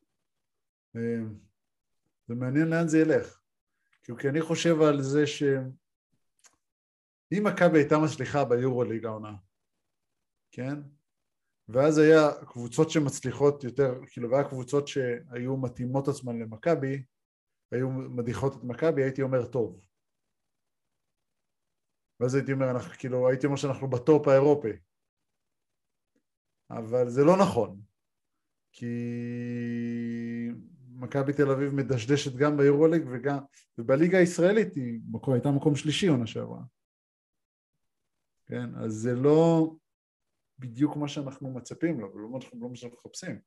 זה מעניין לאן זה ילך. כי אני חושב על זה ש... אם מכבי הייתה מצליחה ביורוליג העונה, כן? ואז היה קבוצות שמצליחות יותר, כאילו, והיה קבוצות שהיו מתאימות עצמן למכבי, היו מדיחות את מכבי, הייתי אומר טוב. ואז הייתי אומר, אנחנו, כאילו, הייתי אומר שאנחנו בטופ האירופי. אבל זה לא נכון. כי מכבי תל אביב מדשדשת גם ביורוליג וגם, ובליגה הישראלית היא מקום, הייתה מקום שלישי עונה שעברה. כן, אז זה לא, בדיוק מה שאנחנו מצפים לו, ולא מה שאנחנו מחפשים.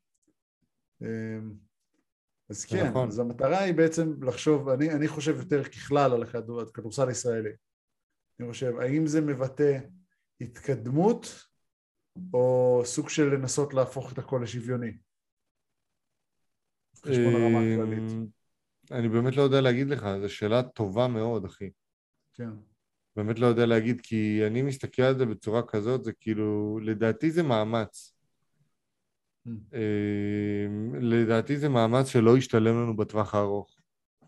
אז כן, נכון. אז המטרה היא בעצם לחשוב, אני, אני חושב יותר ככלל על הכדורסל ישראלי. אני חושב, האם זה מבטא התקדמות, או סוג של לנסות להפוך את הכל לשוויוני? חשבון הרמה הכללית. אני באמת לא יודע להגיד לך, זו שאלה טובה מאוד, אחי. כן. באמת לא יודע להגיד, כי אני מסתכל על זה בצורה כזאת, זה כאילו, לדעתי זה מאמץ. לדעתי זה מאמץ שלא ישתלם לנו בטווח הארוך.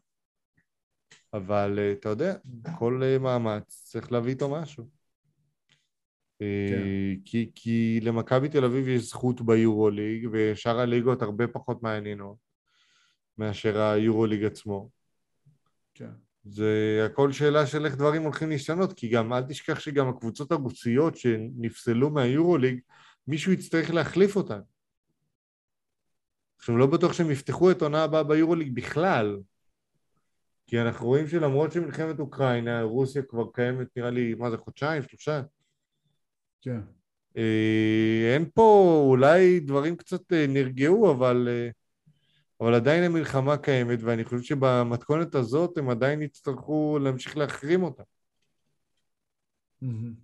אבל אתה יודע, כל מאמץ צריך להביא איתו משהו. כן. כי, כי למכבי תל אביב יש זכות ביורוליג, ושאר הליגות הרבה פחות מעניינות מאשר היורוליג עצמו. כן. זה הכל שאלה של איך דברים הולכים להשתנות, כי גם אל תשכח שגם הקבוצות הרוסיות שנפסלו מהיורוליג, מישהו יצטרך להחליף אותן. עכשיו לא בטוח שהם יפתחו את עונה הבאה ביורוליג בכלל, כי אנחנו רואים שלמרות שמלחמת אוקראינה, רוסיה כבר קיימת נראה לי, מה זה, חודשיים, שלושה? כן. אין פה, אולי דברים קצת נרגעו, אבל, אבל עדיין המלחמה קיימת, ואני חושב שבמתכונת הזאת הם עדיין יצטרכו להמשיך להחרים אותה. Mm-hmm.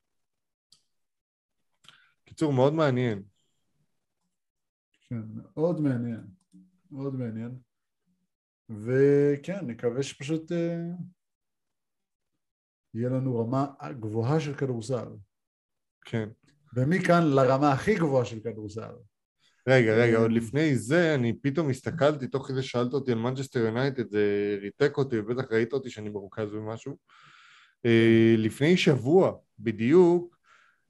קיצור, מאוד מעניין. כן, מאוד מעניין. מאוד מעניין. וכן, נקווה שפשוט אה, יהיה לנו רמה גבוהה של כדורסל. כן. ומכאן לרמה הכי גבוהה של כדורסל. רגע, רגע, עוד לפני זה, אני פתאום הסתכלתי, תוך כדי שאלת אותי על מנצ'סטר יונייטד, זה ריתק אותי, ובטח ראית אותי שאני מרוכז במשהו. לפני שבוע, בדיוק,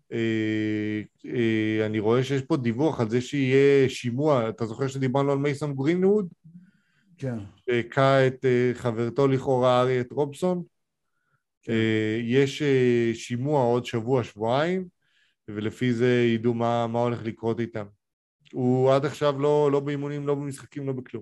אני רואה שיש פה דיווח על זה שיהיה שימוע, אתה זוכר שדיברנו על מייסון גרינווד? כן. שהכה את חברתו לכאורה אריאט רובסון. יש שימוע עוד שבוע, שבועיים, ולפי זה ידעו מה, מה הולך לקרות איתם. הוא עד עכשיו לא, לא באימונים, לא במשחקים, לא בכלום.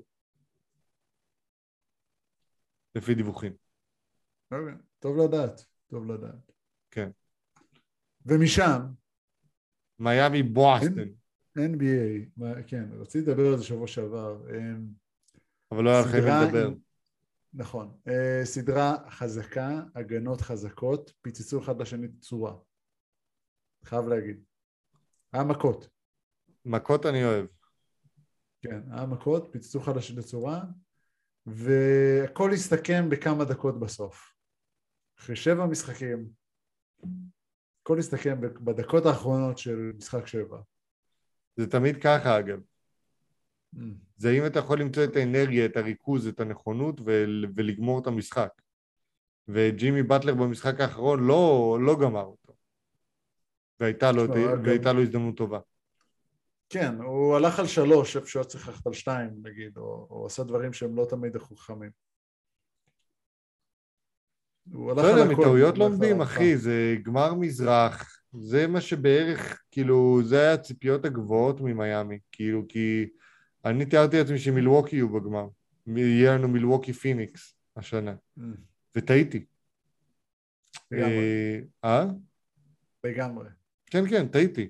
לפי דיווחים. אוקיי, טוב לדעת, טוב לדעת. כן. ומשם... מיאמי בוסטון. אן בי איי, כן, רציתי לדבר על זה שבוע שעבר. אבל לא היה לכם לדבר. נכון. סדרה חזקה, הגנות חזקות, פיצצו אחד לשני צורה. חייב להגיד. היה מכות. מכות אני אוהב. כן, היה מכות, פיצצו אחד לשני צורה, והכל הסתכם בכמה דקות בסוף. אחרי שבע משחקים, הכל הסתכם בדקות האחרונות של משחק שבע. זה תמיד ככה אגב. Mm. זה אם אתה יכול למצוא את האנרגיה, את הריכוז, את הנכונות ו- ולגמור את המשחק. וג'ימי בטלר במשחק האחרון לא, לא גמר אותו. והייתה לו, והייתה לו הזדמנות טובה. כן, הוא הלך על שלוש, איפה שהוא צריך ללכת על שתיים, נגיד, או, או עשה דברים שהם לא תמיד חכמים. הוא הלך על הכל. מטעויות לומדים, אחי, זה גמר מזרח, זה מה שבערך, כאילו, זה היה הציפיות הגבוהות ממיימי, כאילו, כי אני תיארתי לעצמי שמילווקי יהיו בגמר, יהיה לנו מילווקי פיניקס השנה, וטעיתי. לגמרי. אה? לגמרי. כן, כן, טעיתי.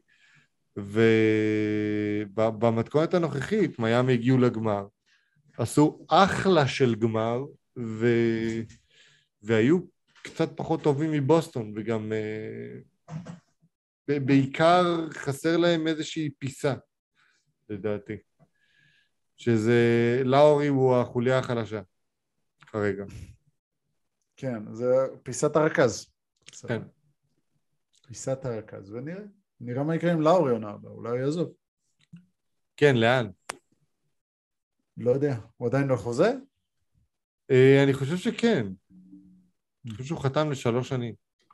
ובמתכונת הנוכחית, מיימי הגיעו לגמר, עשו אחלה של גמר, ו... והיו קצת פחות טובים מבוסטון, וגם uh, בעיקר חסר להם איזושהי פיסה, לדעתי. שזה, לאורי הוא החוליה החלשה, כרגע. כן, זה פיסת הרכז. כן. פיסת הרכז, ונראה. נראה מה יקרה עם לאורי עונה הבאה, אולי הוא יעזוב. כן, לאן? לא יודע, הוא עדיין לא חוזה? Uh, אני חושב שכן. אני חושב שהוא חתם לשלוש שנים.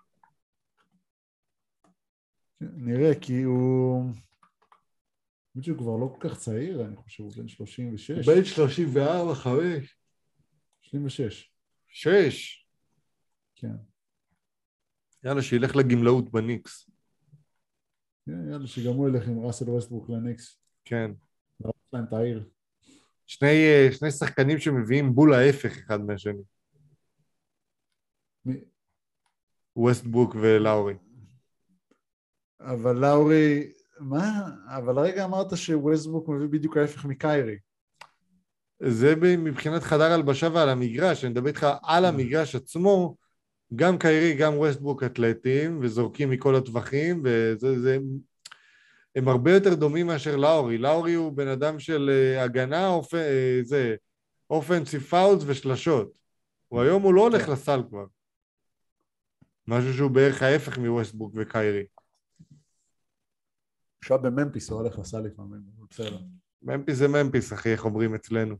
נראה, כי הוא... הוא כבר לא כל כך צעיר, אני חושב, הוא בן שלושים ושש. הוא בן שלושים וארבע, חמש. שלושים ושש. שש. כן. יאללה, שילך לגמלאות בניקס. יאללה, שגם הוא ילך עם ראסל ווסטברוק לניקס. כן. לראות להם את העיר. שני, שני שחקנים שמביאים בול ההפך אחד מהשני. מי? ווסטברוק ולאורי. אבל לאורי, מה? אבל הרגע אמרת שווסטברוק מביא בדיוק ההפך מקיירי. זה מבחינת חדר הלבשה ועל המגרש, אני מדבר איתך על המגרש עצמו, גם קיירי, גם ווסטברוק אתלטים, וזורקים מכל הטווחים, וזה, זה, הם הרבה יותר דומים מאשר לאורי. לאורי הוא בן אדם של הגנה, אופ... זה, אופנסיב פאולס ושלשות. הוא היום הוא לא הולך לסל כבר. משהו שהוא בערך ההפך מווסטברוק וקיירי. עכשיו בממפיס הוא הולך לסל לפעמים, בסדר. ממפיס זה ממפיס, אחי, איך אומרים אצלנו.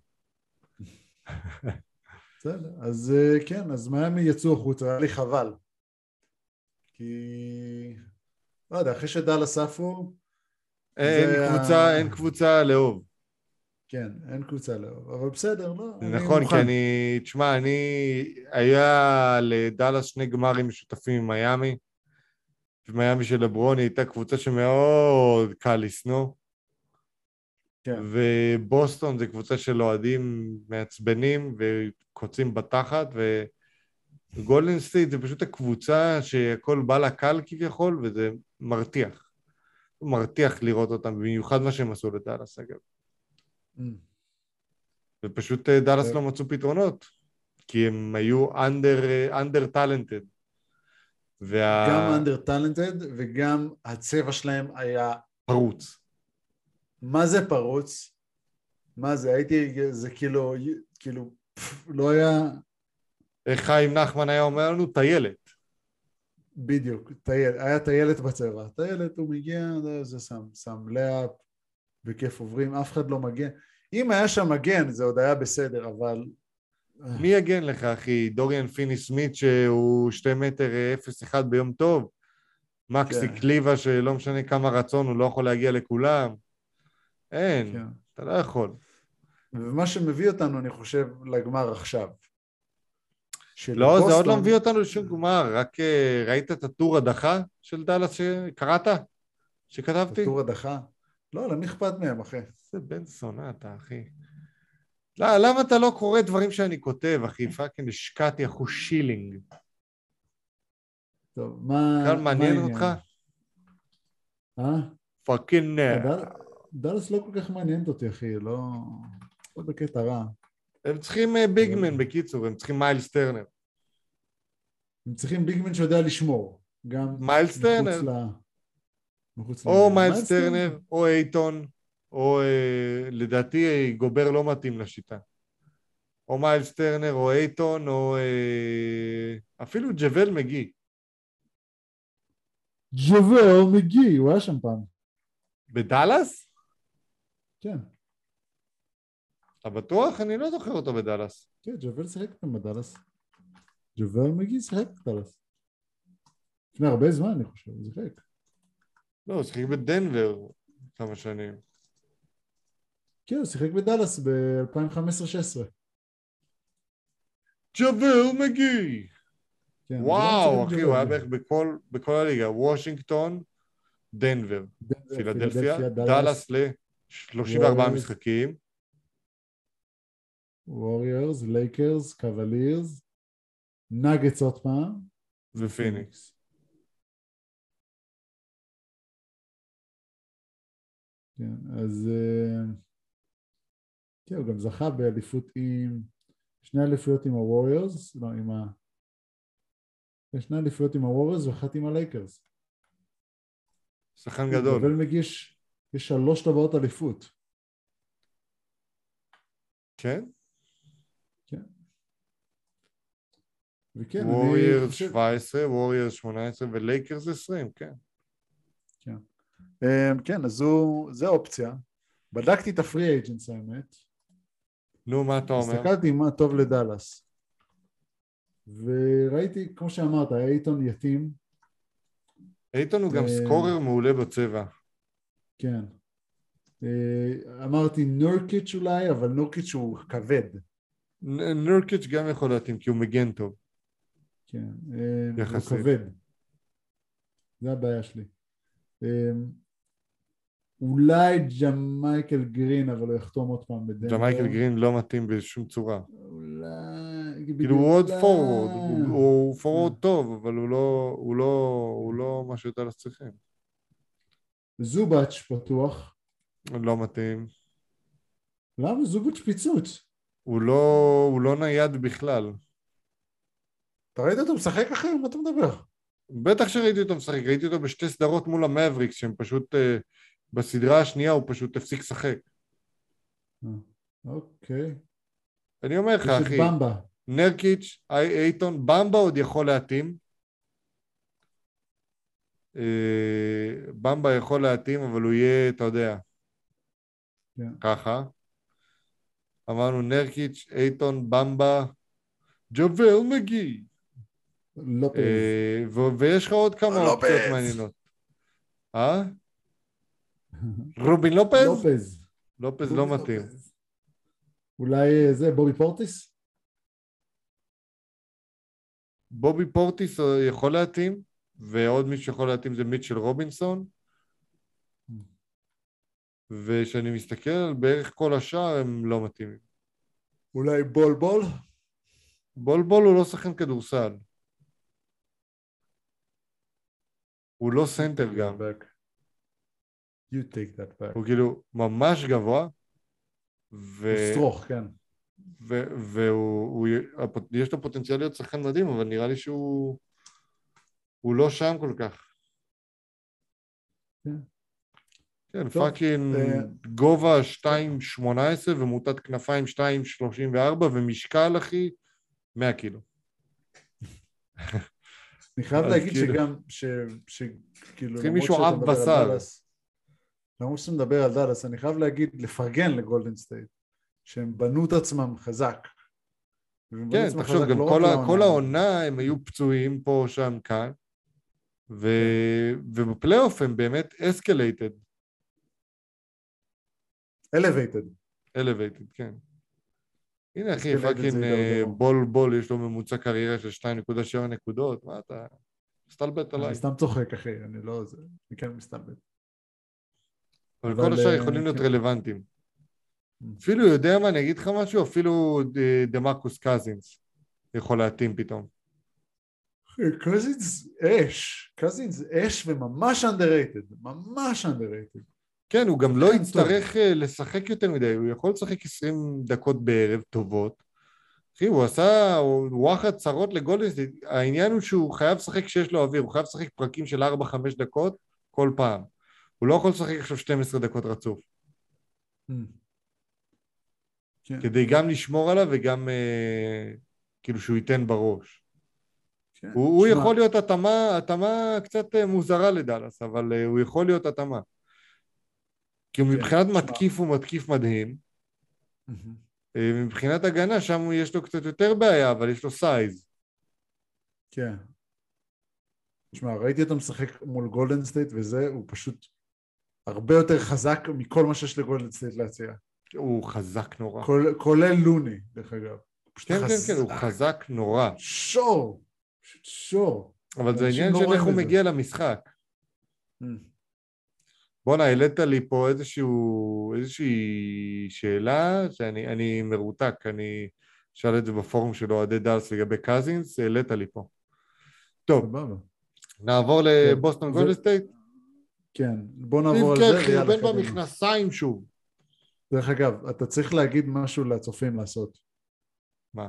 בסדר, אז כן, אז מיאמי יצאו החוצה, היה לי חבל. כי, לא יודע, אחרי שדאלאס עפו... אין קבוצה, אין קבוצה לאהוב. כן, אין קבוצה לאהוב, אבל בסדר, לא, אני מוכן. נכון, כי אני, תשמע, אני, היה לדאלאס שני גמרים משותפים עם מיאמי, ומיאמי של לברוני הייתה קבוצה שמאוד קל לשנוא. כן. ובוסטון זה קבוצה של אוהדים מעצבנים וקוצים בתחת, וגולדן סטייט זה פשוט הקבוצה שהכל בא לה קל כביכול, וזה מרתיח. מרתיח לראות אותם, במיוחד מה שהם עשו לדאלאס אגב. Mm. ופשוט דאלאס yeah. לא מצאו פתרונות, כי הם היו under, under talented. וה... גם under talented, וגם הצבע שלהם היה... פרוץ. מה זה פרוץ? מה זה? הייתי, זה כאילו, כאילו, לא היה... איך חיים נחמן היה אומר לנו? טיילת. בדיוק, טיילת, היה טיילת בצבע. טיילת הוא מגיע, זה שם, שם לאפ, בכיף עוברים, אף אחד לא מגיע. אם היה שם מגן, זה עוד היה בסדר, אבל... מי יגן לך, אחי? דוריאן פיני סמית, שהוא שתי מטר אפס אחד ביום טוב? מקסי כן. קליבה, שלא משנה כמה רצון, הוא לא יכול להגיע לכולם? אין, כן. אתה לא יכול. ומה שמביא אותנו, אני חושב, לגמר עכשיו. לא, בוסטון... זה עוד לא מביא אותנו לשום גמר, רק uh, ראית את הטור הדחה של דאלאס שקראת? שכתבתי? הטור הדחה? לא, למי אכפת מהם, אחי. זה בן שונא אתה, אחי. לא, למה אתה לא קורא דברים שאני כותב, אחי? פאקינג השקעתי אחוז שילינג. טוב, מה... כאן מעניין אותך? אה? פאקינג... דאלאס לא כל כך מעניינת אותי, אחי, לא... לא בקטע רע. הם צריכים ביגמן, בקיצור, הם צריכים מיילס טרנר. הם צריכים ביגמן שיודע לשמור. גם... מיילס טרנר. או מיילס טרנר, או אייטון, או לדעתי גובר לא מתאים לשיטה. או מיילס טרנר, או אייטון, או אפילו ג'וול מגי. ג'וול מגי, הוא היה שם פעם. בדאלאס? כן. אתה בטוח? אני לא זוכר אותו בדאלאס. כן, ג'וול שיחק גם בדאלאס. ג'וול מגי שיחק בדאלאס. לפני הרבה זמן, אני חושב, הוא שיחק. לא, הוא שיחק בדנבר כמה שנים. כן, הוא שיחק בדאלאס ב-אלפיים וחמש עשרה שש עשרה. ג'וול מגי! כן, וואו, אחי, הוא היה בערך בכל, בכל הליגה. וושינגטון, דנבר, דנבר פילדלפיה, דאלאס ל-שלושים וארבעה משחקים. ווריורס, לייקרס, קוולירס, נאגטס עוד פעם. ופיניקס. כן, אז... כן, הוא גם זכה באליפות עם... שני אליפויות עם הווריורס, לא, עם ה... שני אליפויות עם הווריורס ואחת עם הלייקרס. שחקן גדול. אבל מגיש, יש שלוש טבעות אליפות. כן? כן. וכן, ווריורס שבע עשרה, ווריורס שמונה עשרה ולייקרס עשרים, כן. כן. כן, אז זו אופציה. בדקתי את הפרי אייג'נס האמת. נו, מה אתה אומר? הסתכלתי מה טוב לדלס. וראיתי, כמו שאמרת, אייטון יתים. אייטון הוא גם סקורר מעולה בצבע. כן. אמרתי נורקיץ' אולי, אבל נורקיץ' הוא כבד. נורקיץ' גם יכול להתאים, כי הוא מגן טוב. כן, הוא כבד. זה הבעיה שלי. אולי ג'מייקל גרין, אבל הוא יחתום עוד פעם בדנבר. ג'מייקל גרין לא מתאים בשום צורה. אולי... כאילו הוא עוד פורוורד, הוא פורוורד טוב, אבל הוא לא, הוא לא, הוא לא מה שיותר צריכים. זובץ' פתוח. לא מתאים. למה? זובץ' פיצוץ. הוא לא, הוא לא נייד בכלל. אתה ראית אותו משחק אחר? מה אתה מדבר? בטח שראיתי אותו משחק, ראיתי אותו בשתי סדרות מול המאבריקס, שהם פשוט, uh, בסדרה השנייה הוא פשוט הפסיק לשחק. אוקיי. אני אומר לך, יש את אחי, במבה. נרקיץ', אייטון, במבה עוד יכול להתאים. Uh, במבה יכול להתאים, אבל הוא יהיה, אתה יודע, כן. ככה. אמרנו נרקיץ', אייטון, במבה, ג'ובל מגי. לופז. ו- ויש לך עוד כמה אופציות לופז. מעניינות. אה? רובין לופז? לופז. לופז לא מתאים. לופז. אולי זה בובי פורטיס? בובי פורטיס יכול להתאים, ועוד מי שיכול להתאים זה מיטשל רובינסון, ושאני מסתכל על בערך כל השאר הם לא מתאימים. אולי בול בול? בול בול הוא לא שחקן כדורסל. הוא לא סנטר גם. You take that back. הוא כאילו ממש גבוה, ו... הוא סטרוך, כן. ויש לו פוטנציאל להיות שחקן מדהים, אבל נראה לי שהוא הוא לא שם כל כך. כן. כן, פאקינג גובה שתיים שמונה עשרה ומוטת כנפיים שתיים שלושים וארבע ומשקל, אחי, מאה קילו. אני חייב להגיד שגם, שכאילו, צריכים מישהו אף בשר. למרות שאתה מדבר על דאלאס, אני חייב להגיד, לפרגן לגולדן סטייט, שהם בנו את עצמם חזק. כן, תחשוב, גם כל העונה הם היו פצועים פה, שם, כאן, ובפלייאוף הם באמת אסקלייטד. elevated. elevated, כן. הנה אחי, פאקינג בול בול, יש לו ממוצע קריירה של שתיים נקודה שבע נקודות, מה אתה מסתלבט עליי? אני סתם צוחק אחי, אני לא, אני כן מסתלבט. אבל כל השאר יכולים להיות רלוונטיים. אפילו יודע מה, אני אגיד לך משהו, אפילו דמרקוס קזינס יכול להתאים פתאום. קזינס אש, קזינס אש וממש underrated, ממש underrated. כן, הוא גם לא יצטרך לשחק יותר מדי, הוא יכול לשחק עשרים דקות בערב טובות. אחי, הוא עשה וואחד צרות לגולדן, העניין הוא שהוא חייב לשחק כשיש לו אוויר, הוא חייב לשחק פרקים של ארבע חמש דקות כל פעם. הוא לא יכול לשחק עכשיו שתים עשרה דקות רצוף. כדי גם לשמור עליו וגם כאילו שהוא ייתן בראש. הוא יכול להיות התאמה, התאמה קצת מוזרה לדלס, אבל הוא יכול להיות התאמה. כי מבחינת מתקיף הוא מתקיף מדהים. מבחינת הגנה שם יש לו קצת יותר בעיה, אבל יש לו סייז. כן. תשמע, ראיתי אותו משחק מול גולדן סטייט, וזה, הוא פשוט הרבה יותר חזק מכל מה שיש לגולדן סטייט להציע. הוא חזק נורא. כולל לוני, דרך אגב. כן, כן, כן, הוא חזק נורא. שור, פשוט שור. אבל זה העניין של איך הוא מגיע למשחק. בוא'נה, העלית לי פה איזשהו, איזושהי שאלה שאני אני מרותק, אני שאל את זה בפורום של אוהדי דאלאס לגבי קזינס, העלית לי פה. טוב, נעבור לבוסטון גולדן סטייט? כן, בוא נעבור על זה. תבקר בן במכנסיים שוב. דרך אגב, אתה צריך להגיד משהו לצופים לעשות. מה?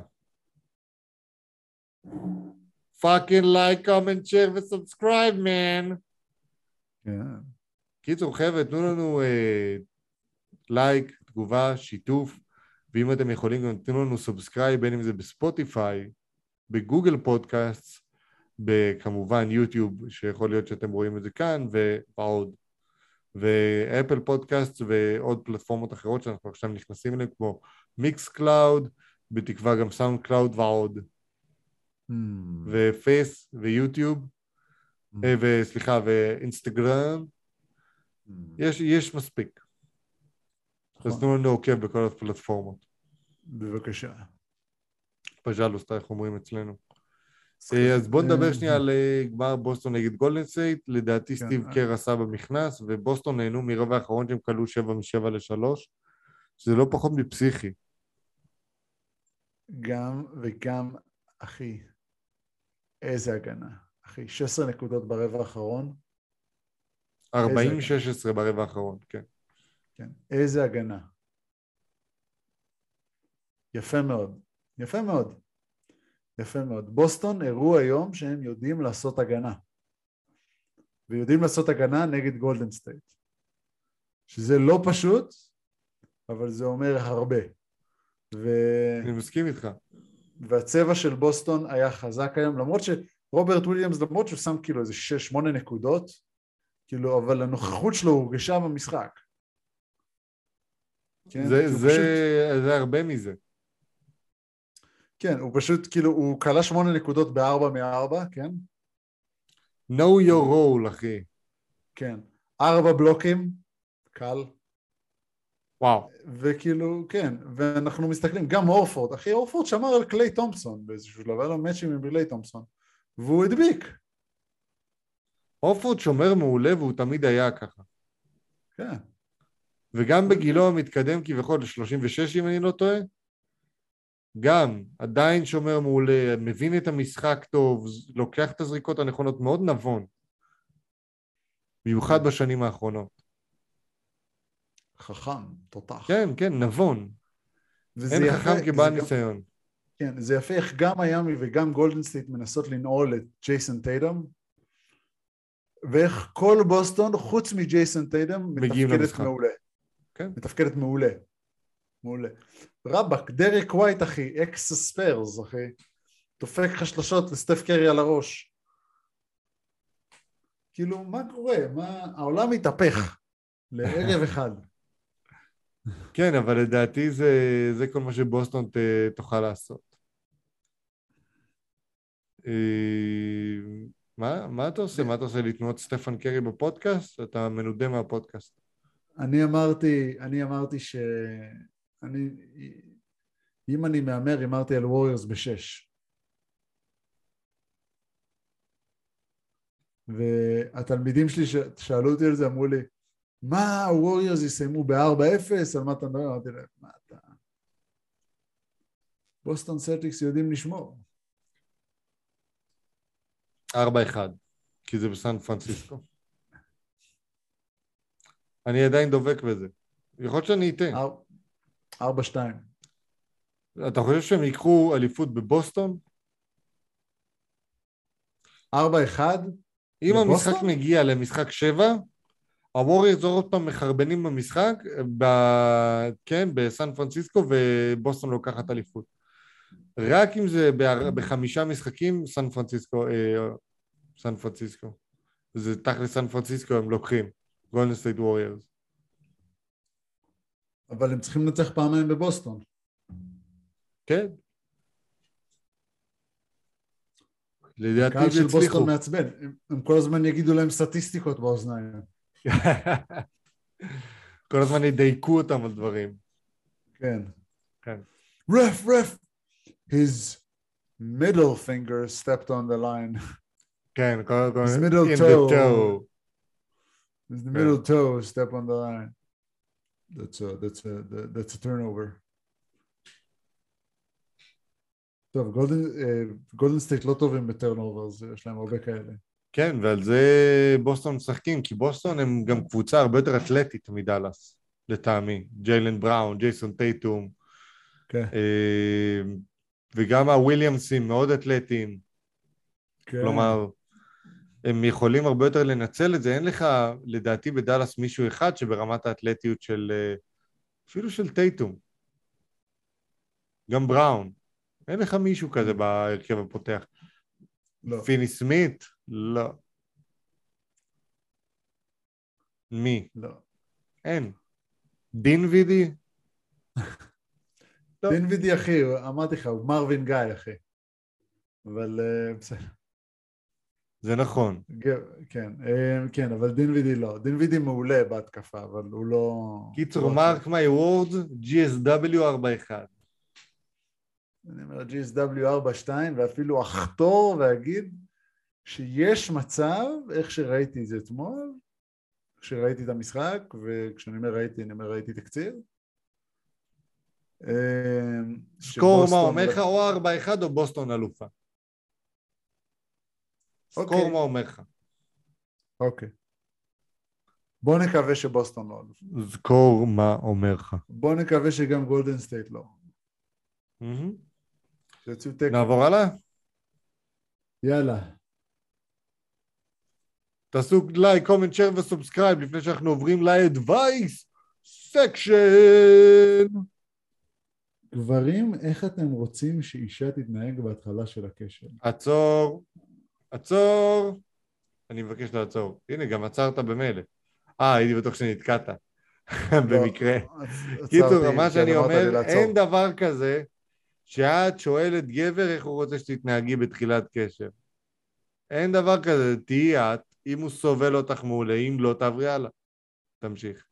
fucking like, comment, share ו-subscribe, man. כן. קיצור, חבר'ה, תנו לנו לייק, uh, תגובה, שיתוף, ואם אתם יכולים גם תנו לנו סאבסקרייב, בין אם זה בספוטיפיי, בגוגל פודקאסט, בכמובן יוטיוב, שיכול להיות שאתם רואים את זה כאן, ועוד. ואפל פודקאסט ועוד פלטפורמות אחרות שאנחנו עכשיו נכנסים אליהם, כמו מיקס קלאוד, בתקווה גם סאונד קלאוד ועוד. Mm. ופייס ויוטיוב, mm. וסליחה, ואינסטגרם, mm. יש, יש מספיק. נכון. אז תנו לנו עוקב בכל הפלטפורמות. בבקשה. פז'לוסטה, איך אומרים אצלנו. אז בוא נדבר שנייה על גמר בוסטון נגד גולדן סטייט. לדעתי סטיב קר עשה במכנס, ובוסטון נהנו מרבע האחרון שהם קלו שבע משבע לשלוש, שזה לא פחות מפסיכי. גם וגם, אחי, איזה הגנה. אחי, שש עשרה נקודות ברבע האחרון. ארבעים שש עשרה ברבע האחרון, כן. כן. איזה הגנה. יפה מאוד. יפה מאוד. יפה מאוד. בוסטון הראו היום שהם יודעים לעשות הגנה. ויודעים לעשות הגנה נגד גולדן סטייט. שזה לא פשוט, אבל זה אומר הרבה. ו... אני מסכים איתך. והצבע של בוסטון היה חזק היום, למרות שרוברט וויליאמס, למרות שהוא שם כאילו איזה שש, שמונה נקודות, כאילו, אבל הנוכחות שלו הורגשה במשחק. כן? זה, זה, פשוט... זה הרבה מזה. כן, הוא פשוט כאילו, הוא קלה שמונה נקודות בארבע מארבע, כן? know your role, אחי. כן. ארבע בלוקים, קל. וואו. וכאילו, כן, ואנחנו מסתכלים, גם אורפורד, אחי, אורפורד שמר על קליי תומפסון באיזשהו שלב, היה לו מאצ'ים עם קליי תומפסון, והוא הדביק. אורפורד שומר מעולה והוא תמיד היה ככה. כן. וגם בגילו המתקדם כביכול שלושים ושש אם אני לא טועה, גם עדיין שומר מעולה, מבין את המשחק טוב, לוקח את הזריקות הנכונות, מאוד נבון. מיוחד בשנים האחרונות. חכם, תותח. כן, כן, נבון. אין חכם כבעל ניסיון. כן, זה יפה איך גם מיאמי וגם גולדן סטייט מנסות לנעול את ג'ייסון טייטום, ואיך כל בוסטון, חוץ מג'ייסון טייטום, מתפקדת מעולה. כן. מתפקדת מעולה. מעולה. רבק, דריק ווייט, אחי, אקס ספיירס, אחי. דופק לך שלושות לסטף קרי על הראש. כאילו, מה קורה? מה... העולם מתהפך לערב אחד. כן, אבל לדעתי זה, זה כל מה שבוסטון ת, תוכל לעשות. מה, מה אתה עושה? מה אתה עושה לתנועות סטפן קרי בפודקאסט? אתה מנודה מהפודקאסט. אני אמרתי, אני אמרתי ש... אני... אם אני מאמר, אמרתי על ווריורס בשש. והתלמידים שלי שאלו אותי על זה, אמרו לי, מה, הווריורס יסיימו ב-ארבע אפס? על מה אתה מדבר? אמרתי להם, מה אתה... בוסטון סלטיקס יודעים לשמור. ארבע אחד, כי זה בסן פרנסיסקו. אני עדיין דובק בזה. יכול להיות שאני אתן. ארבע שתיים. אתה חושב שהם ייקחו אליפות בבוסטון? ארבע אחד? אם המשחק מגיע למשחק שבע, הווריורס עוד פעם מחרבנים במשחק, ב... כן, בסן פרנסיסקו, ובוסטון לוקחת אליפות. רק אם זה בחמישה משחקים, סן פרנסיסקו, אה, סן פרנסיסקו. זה תכל'ס סן פרנסיסקו, הם לוקחים. גולדן סטייט ווריורס. אבל הם צריכים לנצח פעמיים בבוסטון. כן. לדעתי הקהל של בוסטון מעצבן. הם, הם כל הזמן יגידו להם סטטיסטיקות באוזניים. כל הזמן ידייקו אותם על דברים. כן. כן. רף, רף. His middle finger stepped on the line. כן, כל הזמן. His middle toe. His middle toe stepped on the line. That's a, that's a, that's a turnover. טוב, גולדן, גולדן סטייט לא טובים בטרנובר, אז יש להם הרבה כאלה. כן, ועל זה בוסטון משחקים, כי בוסטון הם גם קבוצה הרבה יותר אתלטית מדלס, לטעמי. ג'יילן בראון, ג'ייסון טייטום. כן. וגם הוויליאמסים מאוד אתלטיים. כן. כלומר, הם יכולים הרבה יותר לנצל את זה. אין לך, לדעתי, בדלס מישהו אחד שברמת האתלטיות של, אפילו של טייטום. גם בראון. אין לך מישהו כזה בהרכב הפותח. לא. פיני סמית? לא. מי? לא. אין. דין וידי? לא. דין וידי, אחי, אמרתי לך, הוא מרווין גיא, אחי. אבל בסדר. זה נכון. כן, כן, אבל דין וידי לא. דין וידי מעולה בהתקפה, אבל הוא לא... קיצור, מרק מי וורדס, ג'י אס דאבליו ארבע אחד. אני אומר, ג'י אס דאבליו ארבע שתיים, ואפילו אחתור ואגיד שיש מצב, איך שראיתי את זה אתמול, כשראיתי את המשחק, וכשאני אומר ראיתי, אני אומר ראיתי תקציר. סקור מה אומר לך, או ארבע אחד או בוסטון אלופה. סקור מה אומר לך. אוקיי. בוא נקווה שבוסטון לא. זכור מה אומר לך. בוא נקווה שגם גולדן סטייט לא. נעבור הלאה? יאללה. תעשו לייק, קומנט, שייר וסובסקרייב לפני שאנחנו עוברים לאדווייס סקשן. גברים, איך אתם רוצים שאישה תתנהג בהתחלה של הקשר? עצור, עצור. אני מבקש לעצור. הנה, גם עצרת במילא. אה, הייתי בטוח שנתקעת. במקרה. קיצור, מה שאני אומר, אין דבר כזה שאת שואלת גבר איך הוא רוצה שתתנהגי בתחילת קשר. אין דבר כזה, תהי את, אם הוא סובל אותך מעולה, אם לא, תעברי הלאה. תמשיך.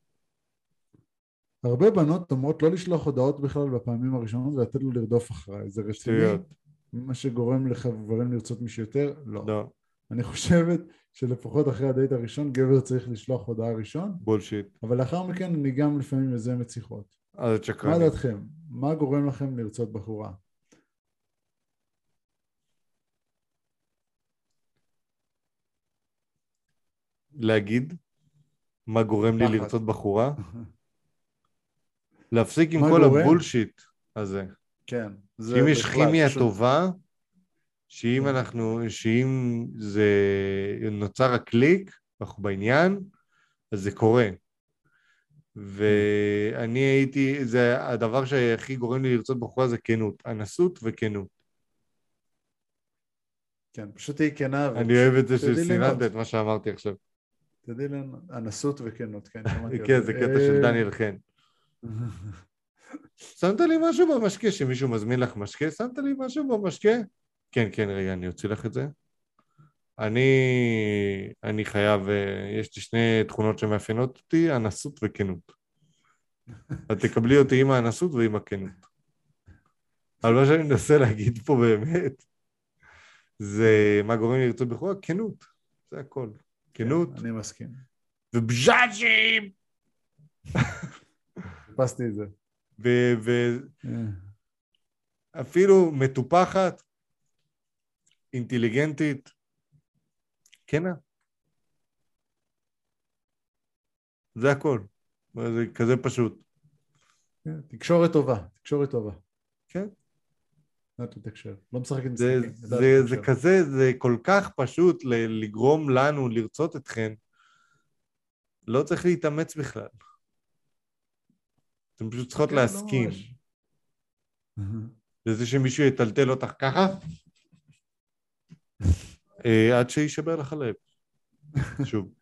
הרבה בנות אומרות לא לשלוח הודעות בכלל בפעמים הראשונות ולתת לו לרדוף אחריי. זה רציני? מה שגורם לגברים לרצות מישהו יותר? לא. לא. אני חושבת שלפחות אחרי הדייט הראשון גבר צריך לשלוח הודעה ראשון. בולשיט. אבל לאחר מכן אני גם לפעמים יוזמת שיחות. אז את שקרנית. מה דעתכם? מה גורם לכם לרצות בחורה? להגיד מה גורם לי לרצות בחורה? להפסיק עם כל הבולשיט הזה. כן. שאם יש כימיה טובה, שאם אנחנו, שאם זה נוצר הקליק, אנחנו בעניין, אז זה קורה. ואני הייתי, זה הדבר שהכי גורם לי לרצות בחורה זה כנות, אנסות וכנות. כן, פשוט היא כנה. אני אוהב את זה שסיננת את מה שאמרתי עכשיו. תדעי לנו, אנסות וכנות, כן. כן, זה קטע של דניאל חן. שמת לי משהו במשקה, שמישהו מזמין לך משקה? שמת לי משהו במשקה? כן, כן, רגע, אני אוציא לך את זה. אני, אני חייב, יש לי שני תכונות שמאפיינות אותי, אנסות וכנות. את תקבלי אותי עם האנסות ועם הכנות. אבל מה שאני מנסה להגיד פה באמת, זה מה גורם לי לרצות בחורה? כנות. זה הכל. כנות. אני מסכים. ובז'אז'ים! פסתי את זה. ואפילו מטופחת, אינטליגנטית, כנה. זה הכל. זה כזה פשוט. תקשורת טובה, תקשורת טובה. כן. לא משחק עם זה, זה, זה כזה, זה כל כך פשוט לגרום לנו לרצות אתכן. לא צריך להתאמץ בכלל. אתם פשוט צריכות להסכים. לזה שמישהו יטלטל אותך ככה, עד שישבר לך לב. שוב.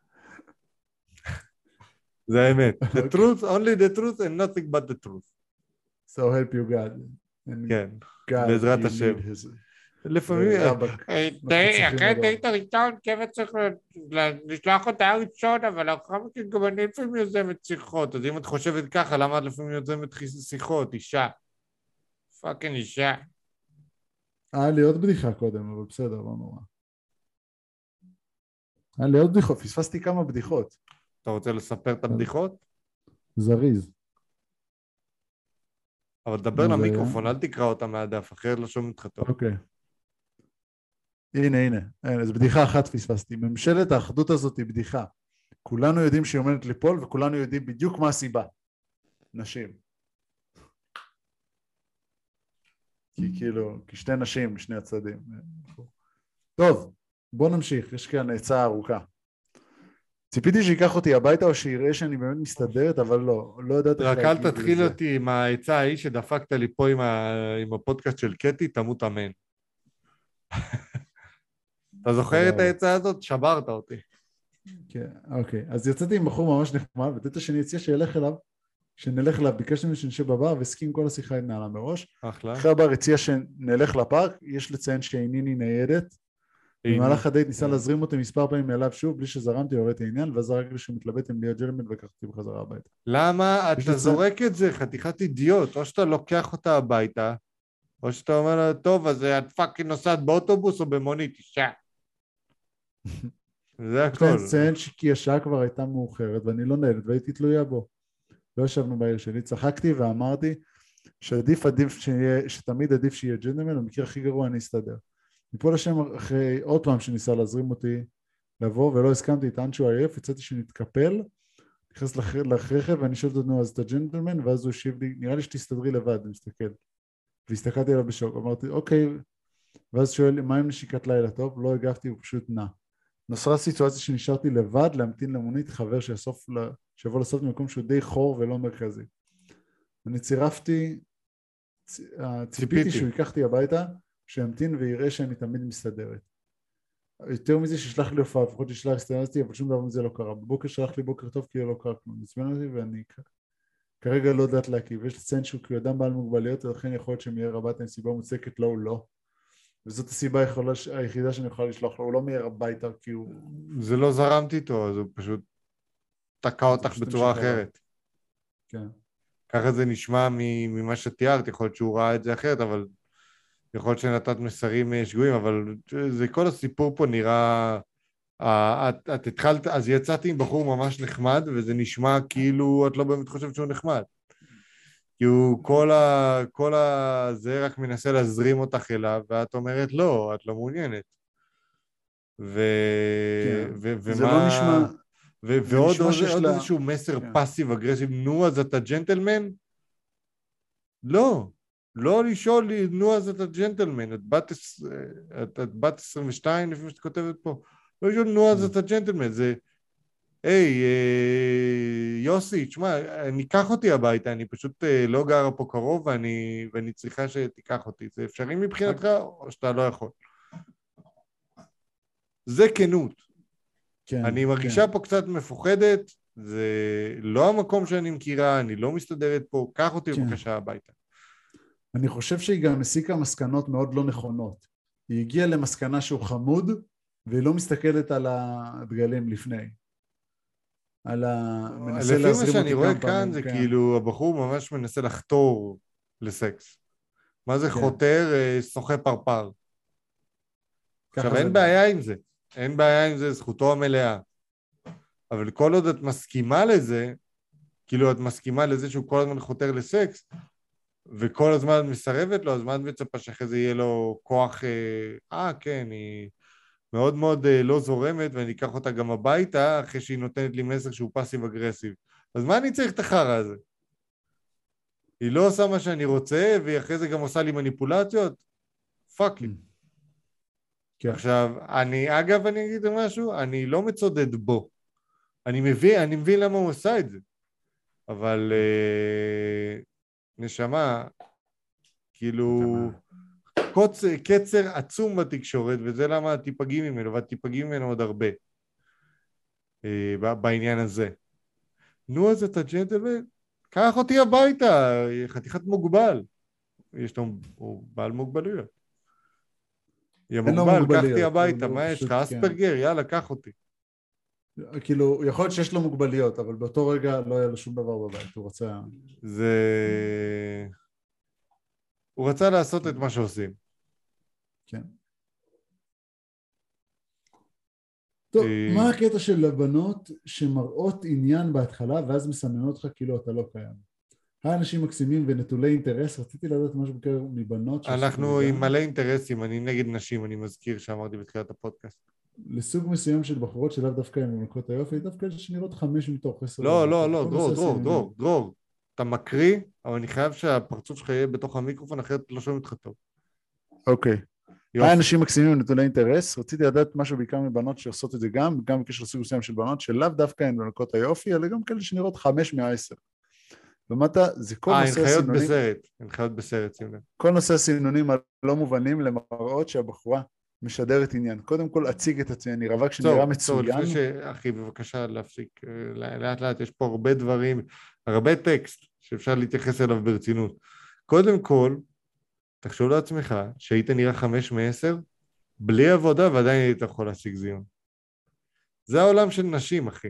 זה האמת. The truth, only the truth and nothing but the truth. So help you God. כן, בעזרת השם. לפעמים... תראי, אחרי דייט הראשון, כיף צריך לשלוח אותה ראשון, אבל אחר מכן גם אני לפעמים יוזמת שיחות. אז אם את חושבת ככה, למה את לפעמים יוזמת שיחות? אישה. פאקינג אישה. היה לי עוד בדיחה קודם, אבל בסדר, לא נורא. היה לי עוד בדיחות, פספסתי כמה בדיחות. אתה רוצה לספר את הבדיחות? זריז. אבל דבר למיקרופון, אל תקרא אותה מהדף, אחרת לא שומעים אותך טוב. אוקיי. הנה, הנה, אז בדיחה אחת פספסתי. ממשלת האחדות הזאת היא בדיחה. כולנו יודעים שהיא עומדת ליפול, וכולנו יודעים בדיוק מה הסיבה. נשים. כי כאילו, כשתי נשים משני הצדדים. טוב, בוא נמשיך, יש כאן עצה ארוכה. ציפיתי שיקח אותי הביתה או שיראה שאני באמת מסתדרת, אבל לא, לא יודעת איך להגיד את זה. רק אל תתחיל אותי עם העצה ההיא שדפקת לי פה עם הפודקאסט של קטי, תמות אמן. אתה זוכר את העצה הזאת? שברת אותי. כן, אוקיי. אז יצאתי עם בחור ממש נחמד, ודעת שאני הציע שילך אליו, שנלך אליו, ביקשתי ממנו שנשב בבר, והסכים כל השיחה התנהלה מראש. אחלה. אחרי הבר הציע שנלך לפארק, יש לציין שאינני ניידת. במהלך הדייט ניסה להזרים אותי מספר פעמים אליו שוב, בלי שזרמתי והראיתי העניין, ואז זרק לי שהוא מתלבט עם להיות ג'למן וקחתי בחזרה הביתה. למה אתה זורק את זה? חתיכת אידיוט. או שאתה לוקח אותה הביתה, או שאתה אומר לה, טוב, אז את פאקינג נוסעת באוטובוס או במונית, אישה. זה הכל. יש לציין כי השעה כבר הייתה מאוחרת, ואני לא נהלת, והייתי תלויה בו. לא ישבנו בעיר שלי, צחקתי ואמרתי שעדיף עדיף שיהיה, שתמיד עדיף שיהיה ג'נטלמן, במקרה הכי גרוע אני אסתדר. מפה לשם אחרי עוד פעם שניסה להזרים אותי, לבוא, ולא הסכמתי, טען שהוא עייף, יצאתי שנתקפל, נכנס לרכב, ואני שואלת אותנו, אז אתה ג'נטלמן, ואז הוא השיב לי, נראה לי שתסתדרי לבד, אני מסתכל. והסתכלתי עליו בשוק, אמרתי, אוקיי, ואז שואל, מה עם נשיקת לילה טוב? לא הגבתי, הוא פשוט נע. נוצרה סיטואציה שנשארתי לבד, להמתין למונית חבר שיאסוף, שיבוא לסוף במקום שהוא די חור ולא מרכזי. אני צירפתי, ציפיתי שהוא ייקחתי הביתה, שימתין ויראה שאני תמיד מסתדרת. יותר מזה ששלח לי הופעה, לפחות ששלח הסתדרתי, אבל שום דבר מזה לא קרה. בבוקר שלח לי בוקר טוב כי לא קרה כלום. נצבן אותי ואני כרגע לא יודעת להקיב. יש לציין שהוא כי הוא אדם בעל מוגבליות, ולכן יכול להיות שמאיר הביתה עם סיבה מוצקת, לא, הוא לא. וזאת הסיבה היחידה שאני יכולה לשלוח לו, הוא לא מאיר הביתה כי הוא... זה לא זרמתי איתו, אז הוא פשוט תקע אותך בצורה אחרת. כן. ככה זה נשמע ממה שתיארת, יכול להיות שהוא ראה את זה אחרת, אבל יכול להיות שנתת מסרים שגויים, אבל זה כל הסיפור פה נראה... את, את התחלת, אז יצאתי עם בחור ממש נחמד, וזה נשמע כאילו את לא באמת חושבת שהוא נחמד. כי הוא כל ה... כל ה... זה רק מנסה להזרים אותך אליו, ואת אומרת לא, את לא מעוניינת. ו... כן. ו... ומה... זה לא נשמע... ו... ועוד עוד, עוד לה... איזשהו מסר כן. פאסיב אגרסיב, נו אז אתה ג'נטלמן? לא. לא לשאול לי, נו אז אתה ג'נטלמן, את בת, את, את בת עשרים ושתיים לפי מה שאת כותבת פה, לא לשאול נו אז אתה ג'נטלמן, זה, היי, אה, יוסי, תשמע, אני אקח אותי הביתה, אני פשוט אה, לא גרה פה קרוב, ואני, ואני צריכה שתיקח אותי, זה אפשרי מבחינתך, או שאתה לא יכול? זה כנות. כן, אני מרגישה כן. פה קצת מפוחדת, זה לא המקום שאני מכירה, אני לא מסתדרת פה, קח אותי כן. בבקשה הביתה. אני חושב שהיא גם הסיקה מסקנות מאוד לא נכונות. היא הגיעה למסקנה שהוא חמוד, והיא לא מסתכלת על הדגלים לפני. על ה... מנסה לפי מה שאני רואה כאן, פעמים, זה כן. כאילו, הבחור ממש מנסה לחתור לסקס. מה זה כן. חותר? שוחה פרפר. עכשיו, אין בעיה עם זה. אין בעיה עם זה, זכותו המלאה. אבל כל עוד את מסכימה לזה, כאילו את מסכימה לזה שהוא כל הזמן חותר לסקס, וכל הזמן מסרבת לו, אז מה את מצפה שאחרי זה יהיה לו כוח, אה, כן, היא מאוד מאוד לא זורמת, ואני אקח אותה גם הביתה, אחרי שהיא נותנת לי מסר שהוא פאסיב אגרסיב. אז מה אני צריך את החרא הזה? היא לא עושה מה שאני רוצה, והיא אחרי זה גם עושה לי מניפולציות? פאק לי. כן. עכשיו, אני, אגב, אני אגיד משהו, אני לא מצודד בו. אני מבין, אני מבין למה הוא עושה את זה. אבל... נשמה, כאילו, קוצ... קצר עצום בתקשורת, וזה למה תיפגעים ממנו, ואת תיפגעים ממנו עוד הרבה, אה, בעניין הזה. נו, אז אתה ג'נטלמן, קח אותי הביתה, חתיכת מוגבל. יש לו, הוא בעל מוגבלויות. יהיה מוגבל, קח אותי הביתה, מה יש לך? אספרגר, יאללה, קח אותי. כאילו, יכול להיות שיש לו מוגבליות, אבל באותו רגע לא היה לו שום דבר בבית, הוא רצה... זה... הוא רצה לעשות את מה שעושים. כן. טוב, מה הקטע של הבנות שמראות עניין בהתחלה, ואז מסמנות לך כאילו אתה לא קיים? האנשים מקסימים ונטולי אינטרס, רציתי לדעת משהו בקרב מבנות... אנחנו עם מלא אינטרסים, אני נגד נשים, אני מזכיר שאמרתי בתחילת הפודקאסט. לסוג מסוים של בחורות שלאו דווקא עם מלכות היופי, דווקא שנראות חמש מתוך עשר. לא, לא, לא, דרור, דרור, דרור, דרור. אתה מקריא, אבל אני חייב שהפרצוף שלך יהיה בתוך המיקרופון, אחרת לא שומעים אותך טוב. אוקיי. האנשים מקסימים ונטולי אינטרס, רציתי לדעת משהו בעיקר מבנות שעושות את זה גם, גם בקשר לסוג מסוים של בנות, שלאו דווקא עם מלכות היופי, אלא גם כאלה שנראות חמש מהעשר. ומטה, זה כל נושא הסינונים... אה, הן חיות בסרט, הן חיות בסרט, שים לב. כל נושא הסינונים הלא מובנים למראות שהבחורה משדרת עניין. קודם כל, אציג את עצמי, אני רווק שנראה מצוין. טוב, לפני שאחי, בבקשה להפסיק, לאט לאט, יש פה הרבה דברים, הרבה טקסט שאפשר להתייחס אליו ברצינות. קודם כל, תחשוב לעצמך שהיית נראה חמש מעשר, בלי עבודה ועדיין היית יכול להשיג זיון. זה העולם של נשים, אחי.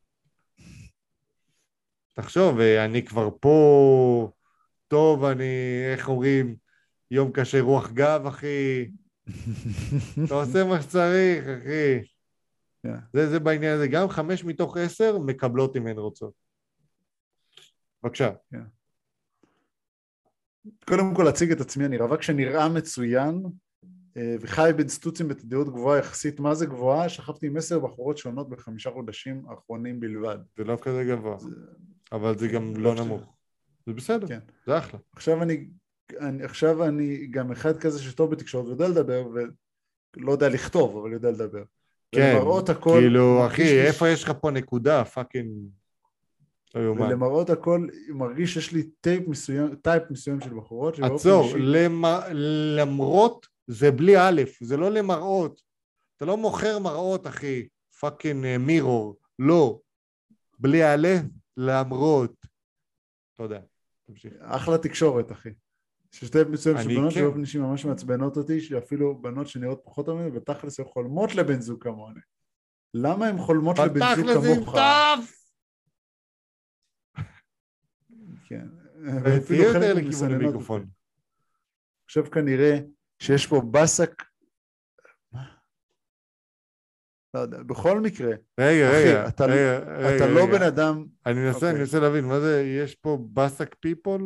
תחשוב, אני כבר פה, טוב, אני, איך אומרים, יום קשה רוח גב, אחי. אתה עושה מה שצריך, אחי. Yeah. זה, זה בעניין הזה. גם חמש מתוך עשר מקבלות אם הן רוצות. בבקשה. Yeah. קודם כל, להציג את עצמי, אני רווק שנראה מצוין, וחי בין סטוצים בתדירות גבוהה יחסית. מה זה גבוהה? שכבתי עם עשר בחורות שונות בחמישה חודשים האחרונים בלבד. זה לא כזה גבוה, אבל זה גם לא נמוך. זה בסדר, זה אחלה. עכשיו אני, עכשיו אני גם אחד כזה שטוב בתקשורת ויודע לדבר, ולא יודע לכתוב, אבל יודע לדבר. כן, כאילו, אחי, איפה יש לך פה נקודה? פאקינג... ולמראות הכל מרגיש שיש לי טייפ מסוים, טייפ מסוים של בחורות. עצור, למרות זה בלי א', זה לא למראות. אתה לא מוכר מראות, אחי. פאקינג מירור. לא. בלי א', למרות. תודה. אחלה תקשורת, אחי. שיש טייפ מסוים של בנות שבאופן אישי ממש מעצבנות אותי, שאפילו בנות שנראות פחות ממני, ותכלס הן חולמות לבן זוג כמוני. למה הן חולמות לבן זוג כמוך? כן. תהיה יותר לכיוון המיקרופון. עכשיו כנראה שיש פה בסק, לא יודע, בכל מקרה. רגע, רגע. אתה לא בן אדם... אני מנסה, אני מנסה להבין, מה זה, יש פה בסק פיפול?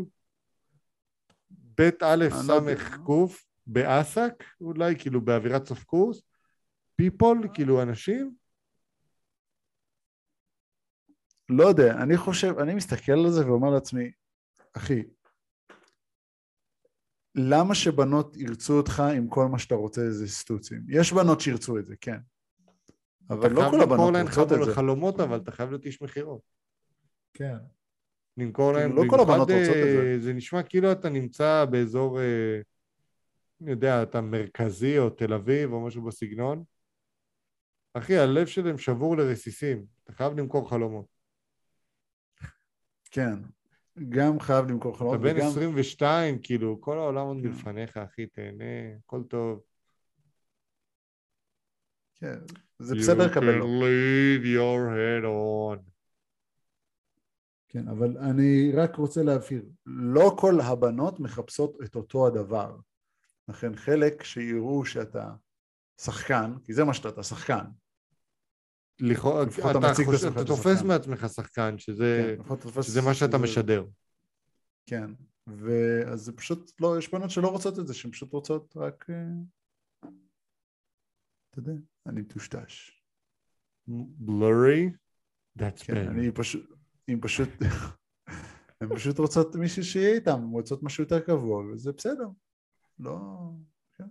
בית א' סמך קוף, באסק, אולי, כאילו באווירת סוף קורס, פיפול, כאילו אנשים? לא יודע, אני חושב, אני מסתכל על זה ואומר לעצמי, אחי, למה שבנות ירצו אותך עם כל מה שאתה רוצה זה סטוצים? יש בנות שירצו את זה, כן. אבל לא כל הבנות רוצות את זה. חלומות, אבל אתה חייב להיות איש מחירות. כן. נמכור להם, לא כל הבנות רוצות את זה. זה נשמע כאילו אתה נמצא באזור, אני יודע, אתה מרכזי או תל אביב או משהו בסגנון. אחי, הלב שלהם שבור לרסיסים. אתה חייב למכור חלומות. כן. גם חייב למכור חלומות. אתה בן עשרים ושתיים, כאילו, כל העולם עוד מלפניך, אחי, תהנה, הכל טוב. כן, זה בסדר לקבל לו. You can leave your head on. כן, אבל אני רק רוצה להבהיר, לא כל הבנות מחפשות את אותו הדבר. לכן חלק שיראו שאתה שחקן, כי זה מה שאתה, אתה שחקן. אתה תופס מעצמך שחקן, שזה מה שאתה משדר. כן, ואז זה פשוט לא, יש בנות שלא רוצות את זה, שהן פשוט רוצות רק, אתה יודע, אני טושטש. blurry? That's כן, אני פשוט, הם פשוט, הם פשוט רוצות מישהו שיהיה איתם, הם רוצות משהו יותר קבוע, וזה בסדר. לא, כן.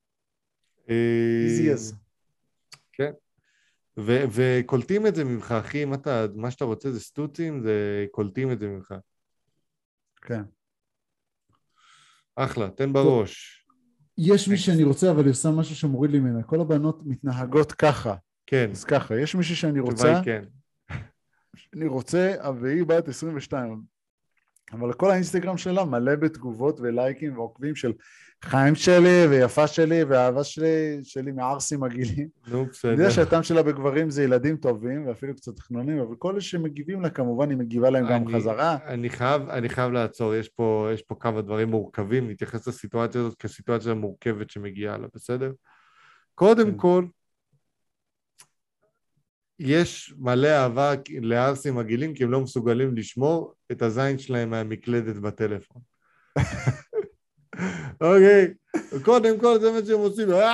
easy as. כן. וקולטים את זה ממך, אחי, אם אתה, מה שאתה רוצה זה סטוצים, זה קולטים את זה ממך. כן. אחלה, תן בראש. יש מי שאני רוצה, אבל היא עושה משהו שמוריד לי ממנה. כל הבנות מתנהגות ככה. כן. אז ככה, יש מישהו שאני רוצה, כן. אני רוצה, והיא בת עשרים ושתיים. אבל כל האינסטגרם שלה מלא בתגובות ולייקים ועוקבים של חיים שלי ויפה שלי ואהבה שלי, שלי מערסים מגעילים. נו, בסדר. אני יודע שהטעם שלה בגברים זה ילדים טובים ואפילו קצת תכנונים, אבל כל אלה שמגיבים לה כמובן היא מגיבה להם גם אני, חזרה. אני חייב, אני חייב לעצור, יש פה, יש פה כמה דברים מורכבים, נתייחס לסיטואציה הזאת כסיטואציה מורכבת שמגיעה לה, בסדר? קודם כן. כל, יש מלא אהבה לערסים מגעילים, כי הם לא מסוגלים לשמור את הזין שלהם מהמקלדת בטלפון. אוקיי, קודם כל זה מה שהם עושים, זה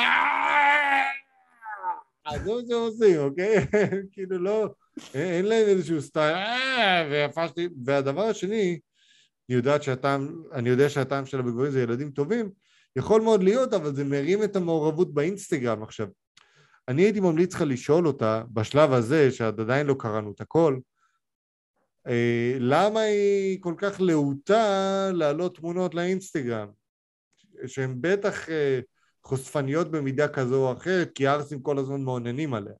מה שהם עושים, אוקיי? כאילו לא, אין להם איזשהו סטייל, ויפה שלי, והדבר השני, אני יודע שהטעם של הבגברים זה ילדים טובים, יכול מאוד להיות, אבל זה מרים את המעורבות באינסטגרם עכשיו. אני הייתי ממליץ לך לשאול אותה, בשלב הזה, שעד עדיין לא קראנו את הכל, למה היא כל כך להוטה להעלות תמונות לאינסטגרם? שהן בטח חושפניות במידה כזו או אחרת, כי הארסים כל הזמן מעוננים עליה.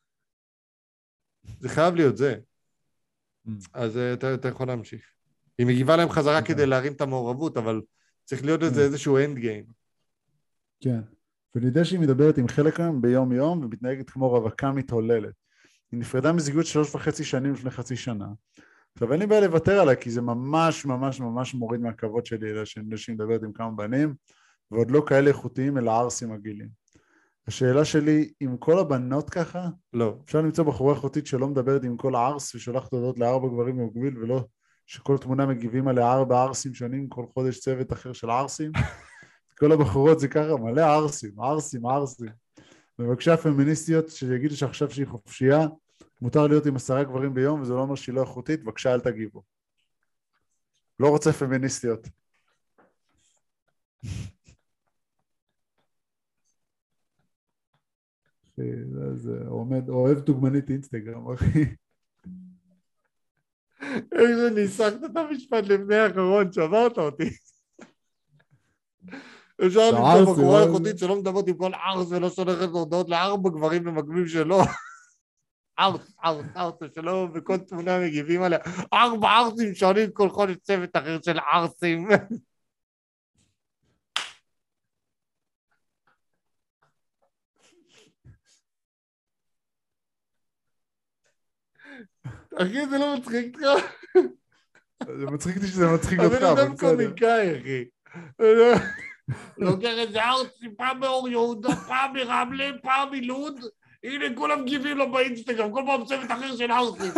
זה חייב להיות זה. אז אתה, אתה יכול להמשיך. היא מגיבה להם חזרה כדי להרים את המעורבות, אבל צריך להיות לזה איזשהו אנד גיים. כן. ואני יודע שהיא מדברת עם חלק מהם ביום יום, ומתנהגת כמו רווקה מתהוללת. היא נפרדה מזוגיות שלוש וחצי שנים לפני חצי שנה. עכשיו אין לי בעיה לוותר עליה, כי זה ממש ממש ממש מוריד מהכבוד שלי, אלא שאני מדברת עם כמה בנים, ועוד לא כאלה איכותיים, אלא ערסים מגעילים. השאלה שלי, עם כל הבנות ככה, לא. אפשר למצוא בחורה איכותית שלא מדברת עם כל הערס, ושולחת הודעות לארבע גברים במקביל, ולא שכל תמונה מגיבים עליה ארבע ערסים שונים, כל חודש צוות אחר של ערסים. כל הבחורות זה ככה, מלא ערסים, ערסים, ערסים. ובבקשה פמיניסטיות שיגידו שעכשיו שהיא חופשייה, מותר להיות עם עשרה גברים ביום, וזה לא אומר שהיא לא איכותית, בבקשה אל תגיבו. לא רוצה פמיניסטיות. זה עומד, אוהב דוגמנית אינסטגרם, אחי. איך שניסחת את המשפט לפני האחרון, שברת אותי. אפשר למצוא בחורה איכותית שלא מדברת עם כל ארס ולא שולחת הודעות לארבע גברים במקביל שלו. ארס, ארס, ארס, שלא בכל תמונה מגיבים עליה. ארבע ארסים שונים כל חודש צוות אחר של ארסים. אחי, זה לא מצחיק אותך. זה מצחיק אותי שזה מצחיק אותך, אבל אדם קומיקאי, אחי. לוקח איזה ארצי, פעם מאור יהודה, פעם מרמלה, פעם מלוד. הנה, כולם גיבים לו באינסטגרם, כל פעם צוות אחר של ארצי.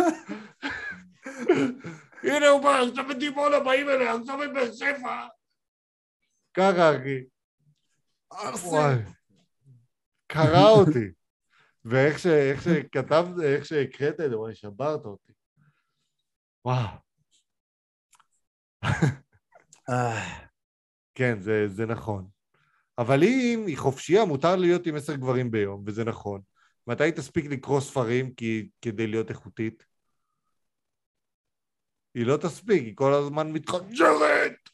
הנה, הוא בא, עכשיו בדימונה באים אליה, עכשיו בבאר שבע. ככה, אחי. ארצי. קרא אותי. ואיך שכתב, איך שהקראת את זה, וואי, שברת אותי. וואו. כן, זה, זה נכון. אבל אם היא חופשייה, מותר להיות עם עשר גברים ביום, וזה נכון. מתי תספיק לקרוא ספרים כי, כדי להיות איכותית? היא לא תספיק, היא כל הזמן מתחג'רת!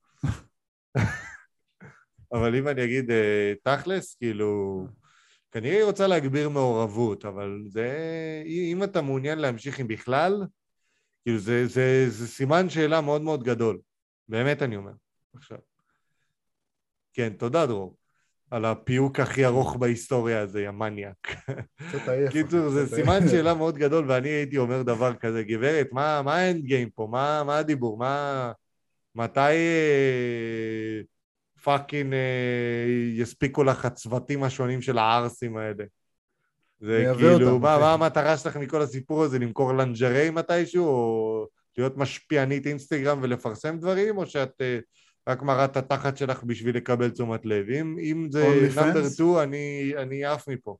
אבל אם אני אגיד תכלס, כאילו... כנראה היא רוצה להגביר מעורבות, אבל זה... אם אתה מעוניין להמשיך עם בכלל, כאילו זה, זה, זה סימן שאלה מאוד מאוד גדול. באמת אני אומר. עכשיו. כן, תודה דרור. על הפיוק הכי ארוך בהיסטוריה הזה, יא מניאק. קצת עייף. קיצור, זה סימן שאלה מאוד גדול, ואני הייתי אומר דבר כזה, גברת, מה, מה האנד גיים פה? מה, מה הדיבור? מה... מתי... פאקינג יספיקו לך הצוותים השונים של הארסים האלה. זה כאילו, מה, מה המטרה שלך מכל הסיפור הזה? למכור לנג'רי מתישהו, או להיות משפיענית אינסטגרם ולפרסם דברים, או שאת רק מראה את התחת שלך בשביל לקבל תשומת לב? אם, אם זה נאמבר טו, אני, אני אף מפה.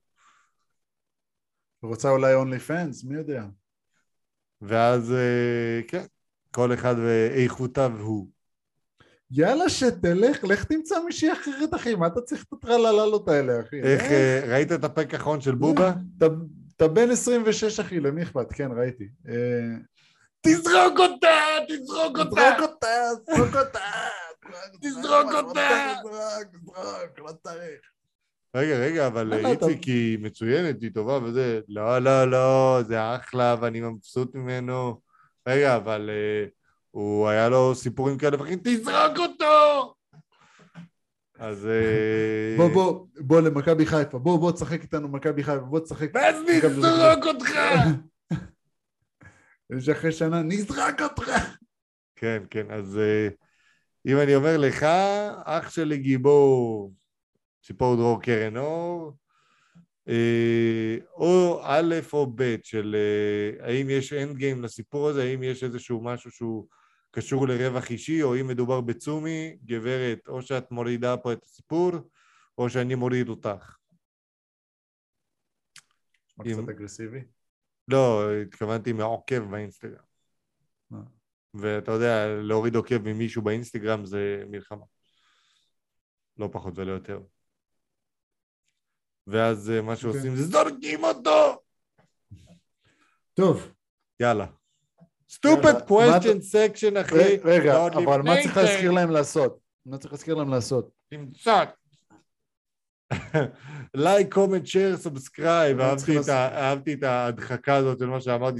רוצה אולי אונלי פנס, מי יודע? ואז, כן, כל אחד ואיכותיו הוא. יאללה שתלך, לך תמצא מישהי אחרת, אחי, מה אתה צריך את הטרללות האלה, אחי? איך, ראית את הפרק האחרון של בובה? אתה בן עשרים ושש, אחי, למי אכפת? כן, ראיתי. תזרוק אותה, תזרוק אותה! תזרוק אותה, תזרוק אותה! תזרוק אותה! תזרוק, תזרוק, לא צריך. רגע, רגע, אבל איציק היא מצוינת, היא טובה וזה, לא, לא, לא, זה אחלה ואני מבסוט ממנו. רגע, אבל... הוא היה לו סיפורים כאלה וכן, תזרוק אותו! אז... בוא, בוא, בוא למכבי חיפה, בוא, בוא תשחק איתנו מכבי חיפה, בוא תשחק... ואז נזרוק אותך! יש אחרי שנה, נזרק אותך! כן, כן, אז אם אני אומר לך, אח שלי גיבור, סיפור דרור קרן אור, או א' או ב' של האם יש אנד גיים לסיפור הזה, האם יש איזשהו משהו שהוא קשור לרווח אישי, או אם מדובר בצומי, גברת, או שאת מורידה פה את הסיפור, או שאני מוריד אותך. מה קצת אגרסיבי? לא, התכוונתי מעוקב באינסטגרם. ואתה יודע, להוריד עוקב ממישהו באינסטגרם זה מלחמה. לא פחות ולא יותר. ואז מה שעושים זה זורקים אותו! טוב. יאללה. stupid question section אחי. רגע, אבל מה צריך להזכיר להם לעשות? מה צריך להזכיר להם לעשות? תמצא. לייק, קומנט, שייר, סאבסקרייב. אהבתי את ההדחקה הזאת של מה שאמרתי.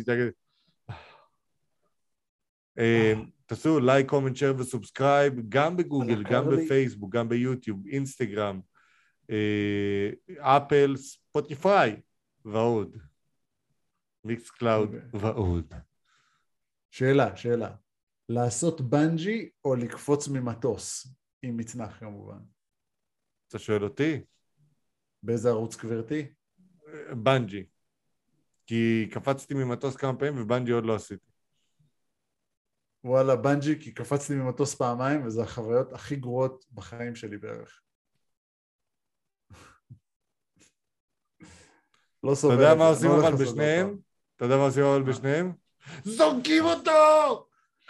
תעשו לייק, קומנט, שייר וסאבסקרייב גם בגוגל, גם בפייסבוק, גם ביוטיוב, אינסטגרם, אפל, ספוטיפיי ועוד. מיקס קלאוד ועוד. שאלה, שאלה. לעשות בנג'י או לקפוץ ממטוס? עם מצנח כמובן. אתה שואל אותי? באיזה ערוץ גברתי? בנג'י. כי קפצתי ממטוס כמה פעמים ובנג'י עוד לא עשיתי. וואלה, בנג'י, כי קפצתי ממטוס פעמיים, וזה החוויות הכי גרועות בחיים שלי בערך. לא סובל את זה. אתה יודע מה עושים אבל בשניהם? אתה יודע מה עושים אבל בשניהם? זורקים אותו!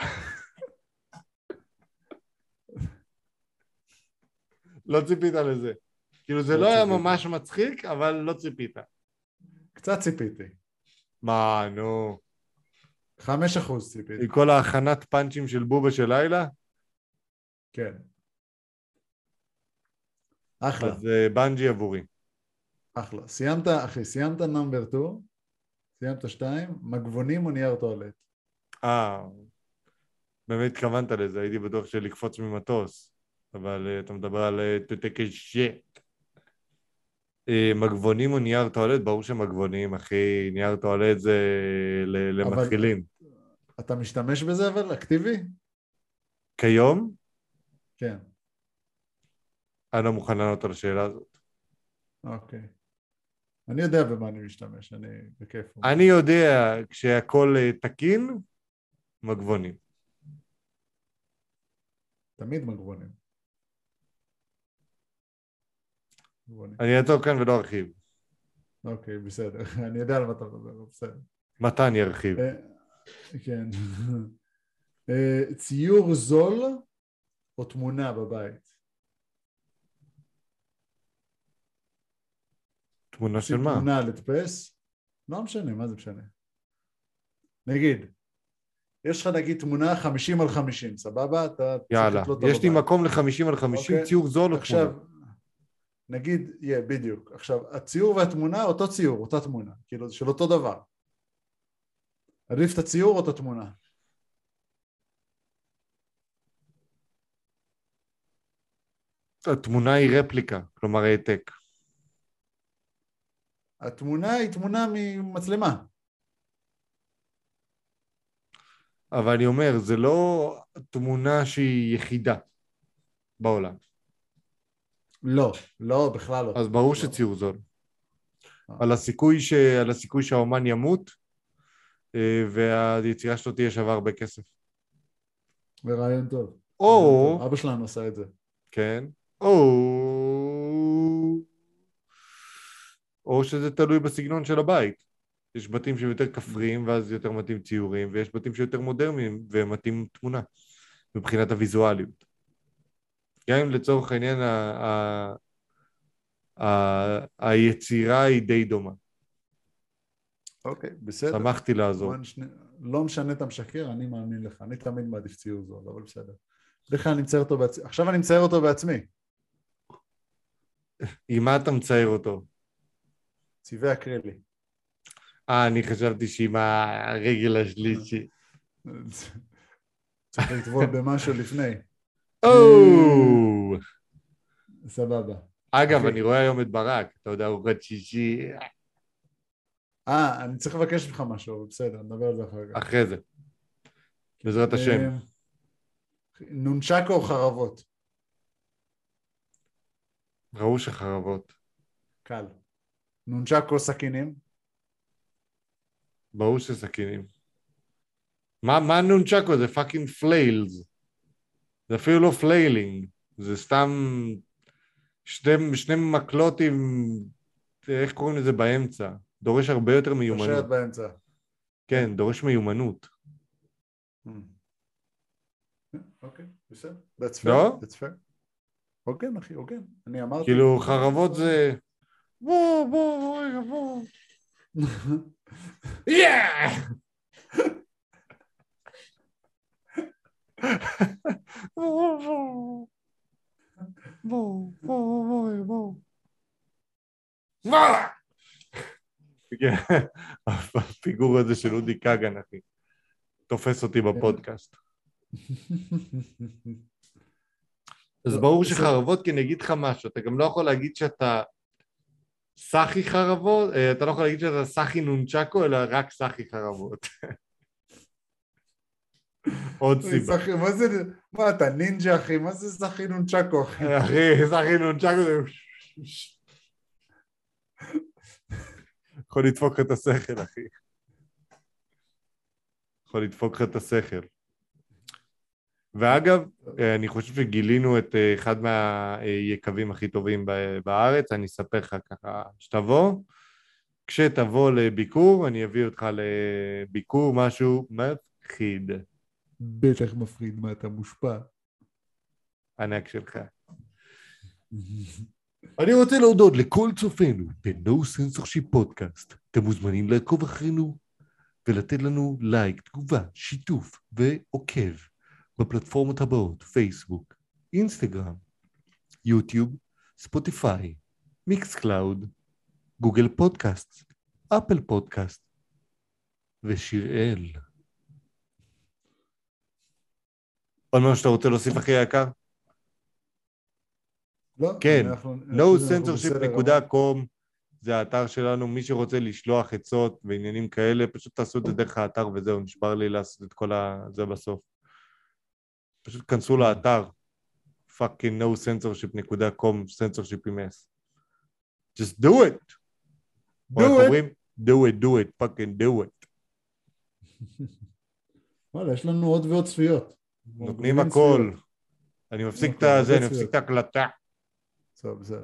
לא ציפית לזה. כאילו זה לא היה ממש מצחיק, אבל לא ציפית. קצת ציפיתי. מה, נו. חמש אחוז ציפיתי. עם כל ההכנת פאנצ'ים של בובה של לילה? כן. אחלה. אז בנג'י עבורי. אחלה. סיימת, אחי, סיימת נאמבר טו, סיימת שתיים, מגבונים או נייר טואלט? אה, באמת התכוונת לזה, הייתי בטוח של לקפוץ ממטוס, אבל אתה מדבר על תותקשט. מגבונים או נייר טואלט? ברור שמגבונים, אחי, נייר טואלט זה למתחילים. אתה משתמש בזה אבל אקטיבי? כיום? כן. אני לא מוכן לענות על השאלה הזאת. אוקיי. אני יודע במה אני משתמש, אני בכיף. אני יודע, כשהכל תקין, מגבונים. תמיד מגבונים. אני אעצור כאן ולא ארחיב. אוקיי, בסדר. אני יודע על מה אתה מדבר, בסדר. מתי אני ארחיב? כן. ציור זול או תמונה בבית? תמונה של מה? תמונה לדפס? לא משנה, מה זה משנה? נגיד, יש לך נגיד תמונה חמישים על חמישים, סבבה? אתה יאללה, יש לי מקום ל-חמישים על חמישים, ציור זול או תמונה? נגיד, יהיה, בדיוק. עכשיו, הציור והתמונה, אותו ציור, אותה תמונה, כאילו, של אותו דבר. עדיף את הציור או את התמונה? התמונה היא רפליקה, כלומר העתק. התמונה היא תמונה ממצלמה. אבל אני אומר, זה לא תמונה שהיא יחידה בעולם. לא, לא, בכלל לא. אז ברור שציור זול. על הסיכוי ש... על הסיכוי שהאומן ימות, והיצירה שלו תהיה שווה הרבה כסף. ברעיון טוב. או... אבא שלנו עשה את זה. כן. או... או שזה תלוי בסגנון של הבית. יש בתים שהם יותר כפריים ואז יותר מתאים ציורים, ויש בתים שיותר מודרניים ומתאים תמונה, מבחינת הוויזואליות. גם אם לצורך העניין ה... ה... ה... היצירה היא די דומה. אוקיי, בסדר. שמחתי לעזור. לא משנה את המשקר, אני מאמין לך. אני תמיד מעדיף ציור זול, אבל בסדר. בכלל אני מצייר אותו בעצמי. עכשיו אני מצייר אותו בעצמי. עם מה אתה מצייר אותו? צבעי אקרילי. אה, אני חשבתי שעם הרגל השלישי. צריך לטבול במשהו לפני. או! סבבה. אגב, אני רואה היום את ברק, אתה יודע, ארוחת שישי. אה, אני צריך לבקש ממך משהו, בסדר, נדבר על זה אחר כך. אחרי זה. בעזרת השם. נונצ'קו או חרבות? ראו שחרבות. קל. נונצ'קו סכינים? ברור שסכינים. מה, מה נונצ'קו? זה פאקינג פליילס. זה אפילו לא פליילינג. זה סתם שני, שני מקלות עם... איך קוראים לזה באמצע? דורש הרבה יותר מיומנות. קושרת באמצע. כן, דורש מיומנות. אוקיי, בסדר. That's fair. לא? That's fair. הוגן, אחי, הוגן. אני אמרתי... כאילו, חרבות זה... בוא, בוא, רגע, בוא. יאה! בוא, בוא. בוא, בוא, בוא, בוא. בוא! הפיגור הזה של אודי קאגן, אחי. תופס אותי בפודקאסט. אז ברור שחרבות, כי אני אגיד לך משהו, אתה גם לא יכול להגיד שאתה סחי חרבות, אתה לא יכול להגיד שאתה סחי נונצ'קו, אלא רק סחי חרבות. עוד סיבה. מה זה, מה אתה נינג'ה אחי, מה זה סחי נונצ'קו אחי? אחי, סחי נונצ'קו זה... יכול לדפוק את השכל, אחי. יכול לדפוק את השכל. ואגב, אני חושב שגילינו את אחד מהיקבים הכי טובים בארץ, אני אספר לך ככה שתבוא, כשתבוא לביקור, אני אביא אותך לביקור משהו מפחיד. בטח מפחיד, מה אתה מושפע? ענק שלך. אני רוצה להודות לכל צופינו ב-No Censorship פודקאסט. אתם מוזמנים לעקוב אחרינו ולתת לנו לייק, תגובה, שיתוף ועוקב בפלטפורמות הבאות, פייסבוק, אינסטגרם, יוטיוב, ספוטיפיי, מיקס קלאוד, גוגל פודקאסט, אפל פודקאסט ושיראל. עוד משהו שאתה רוצה להוסיף הכי יקר? לא. כן, no censorship דוט קום זה האתר שלנו, מי שרוצה לשלוח עצות ועניינים כאלה, פשוט תעשו את זה דרך האתר וזהו, נשבר לי לעשות את כל זה בסוף. פשוט כנסו לאתר, fucking no censorship דוט קום, censorship עם S. Just do it! do it! do it, do it, fucking do it. וואלה, יש לנו עוד ועוד צפיות. נותנים הכל. אני מפסיק את זה, אני מפסיק את ההקלטה. בסדר, בסדר.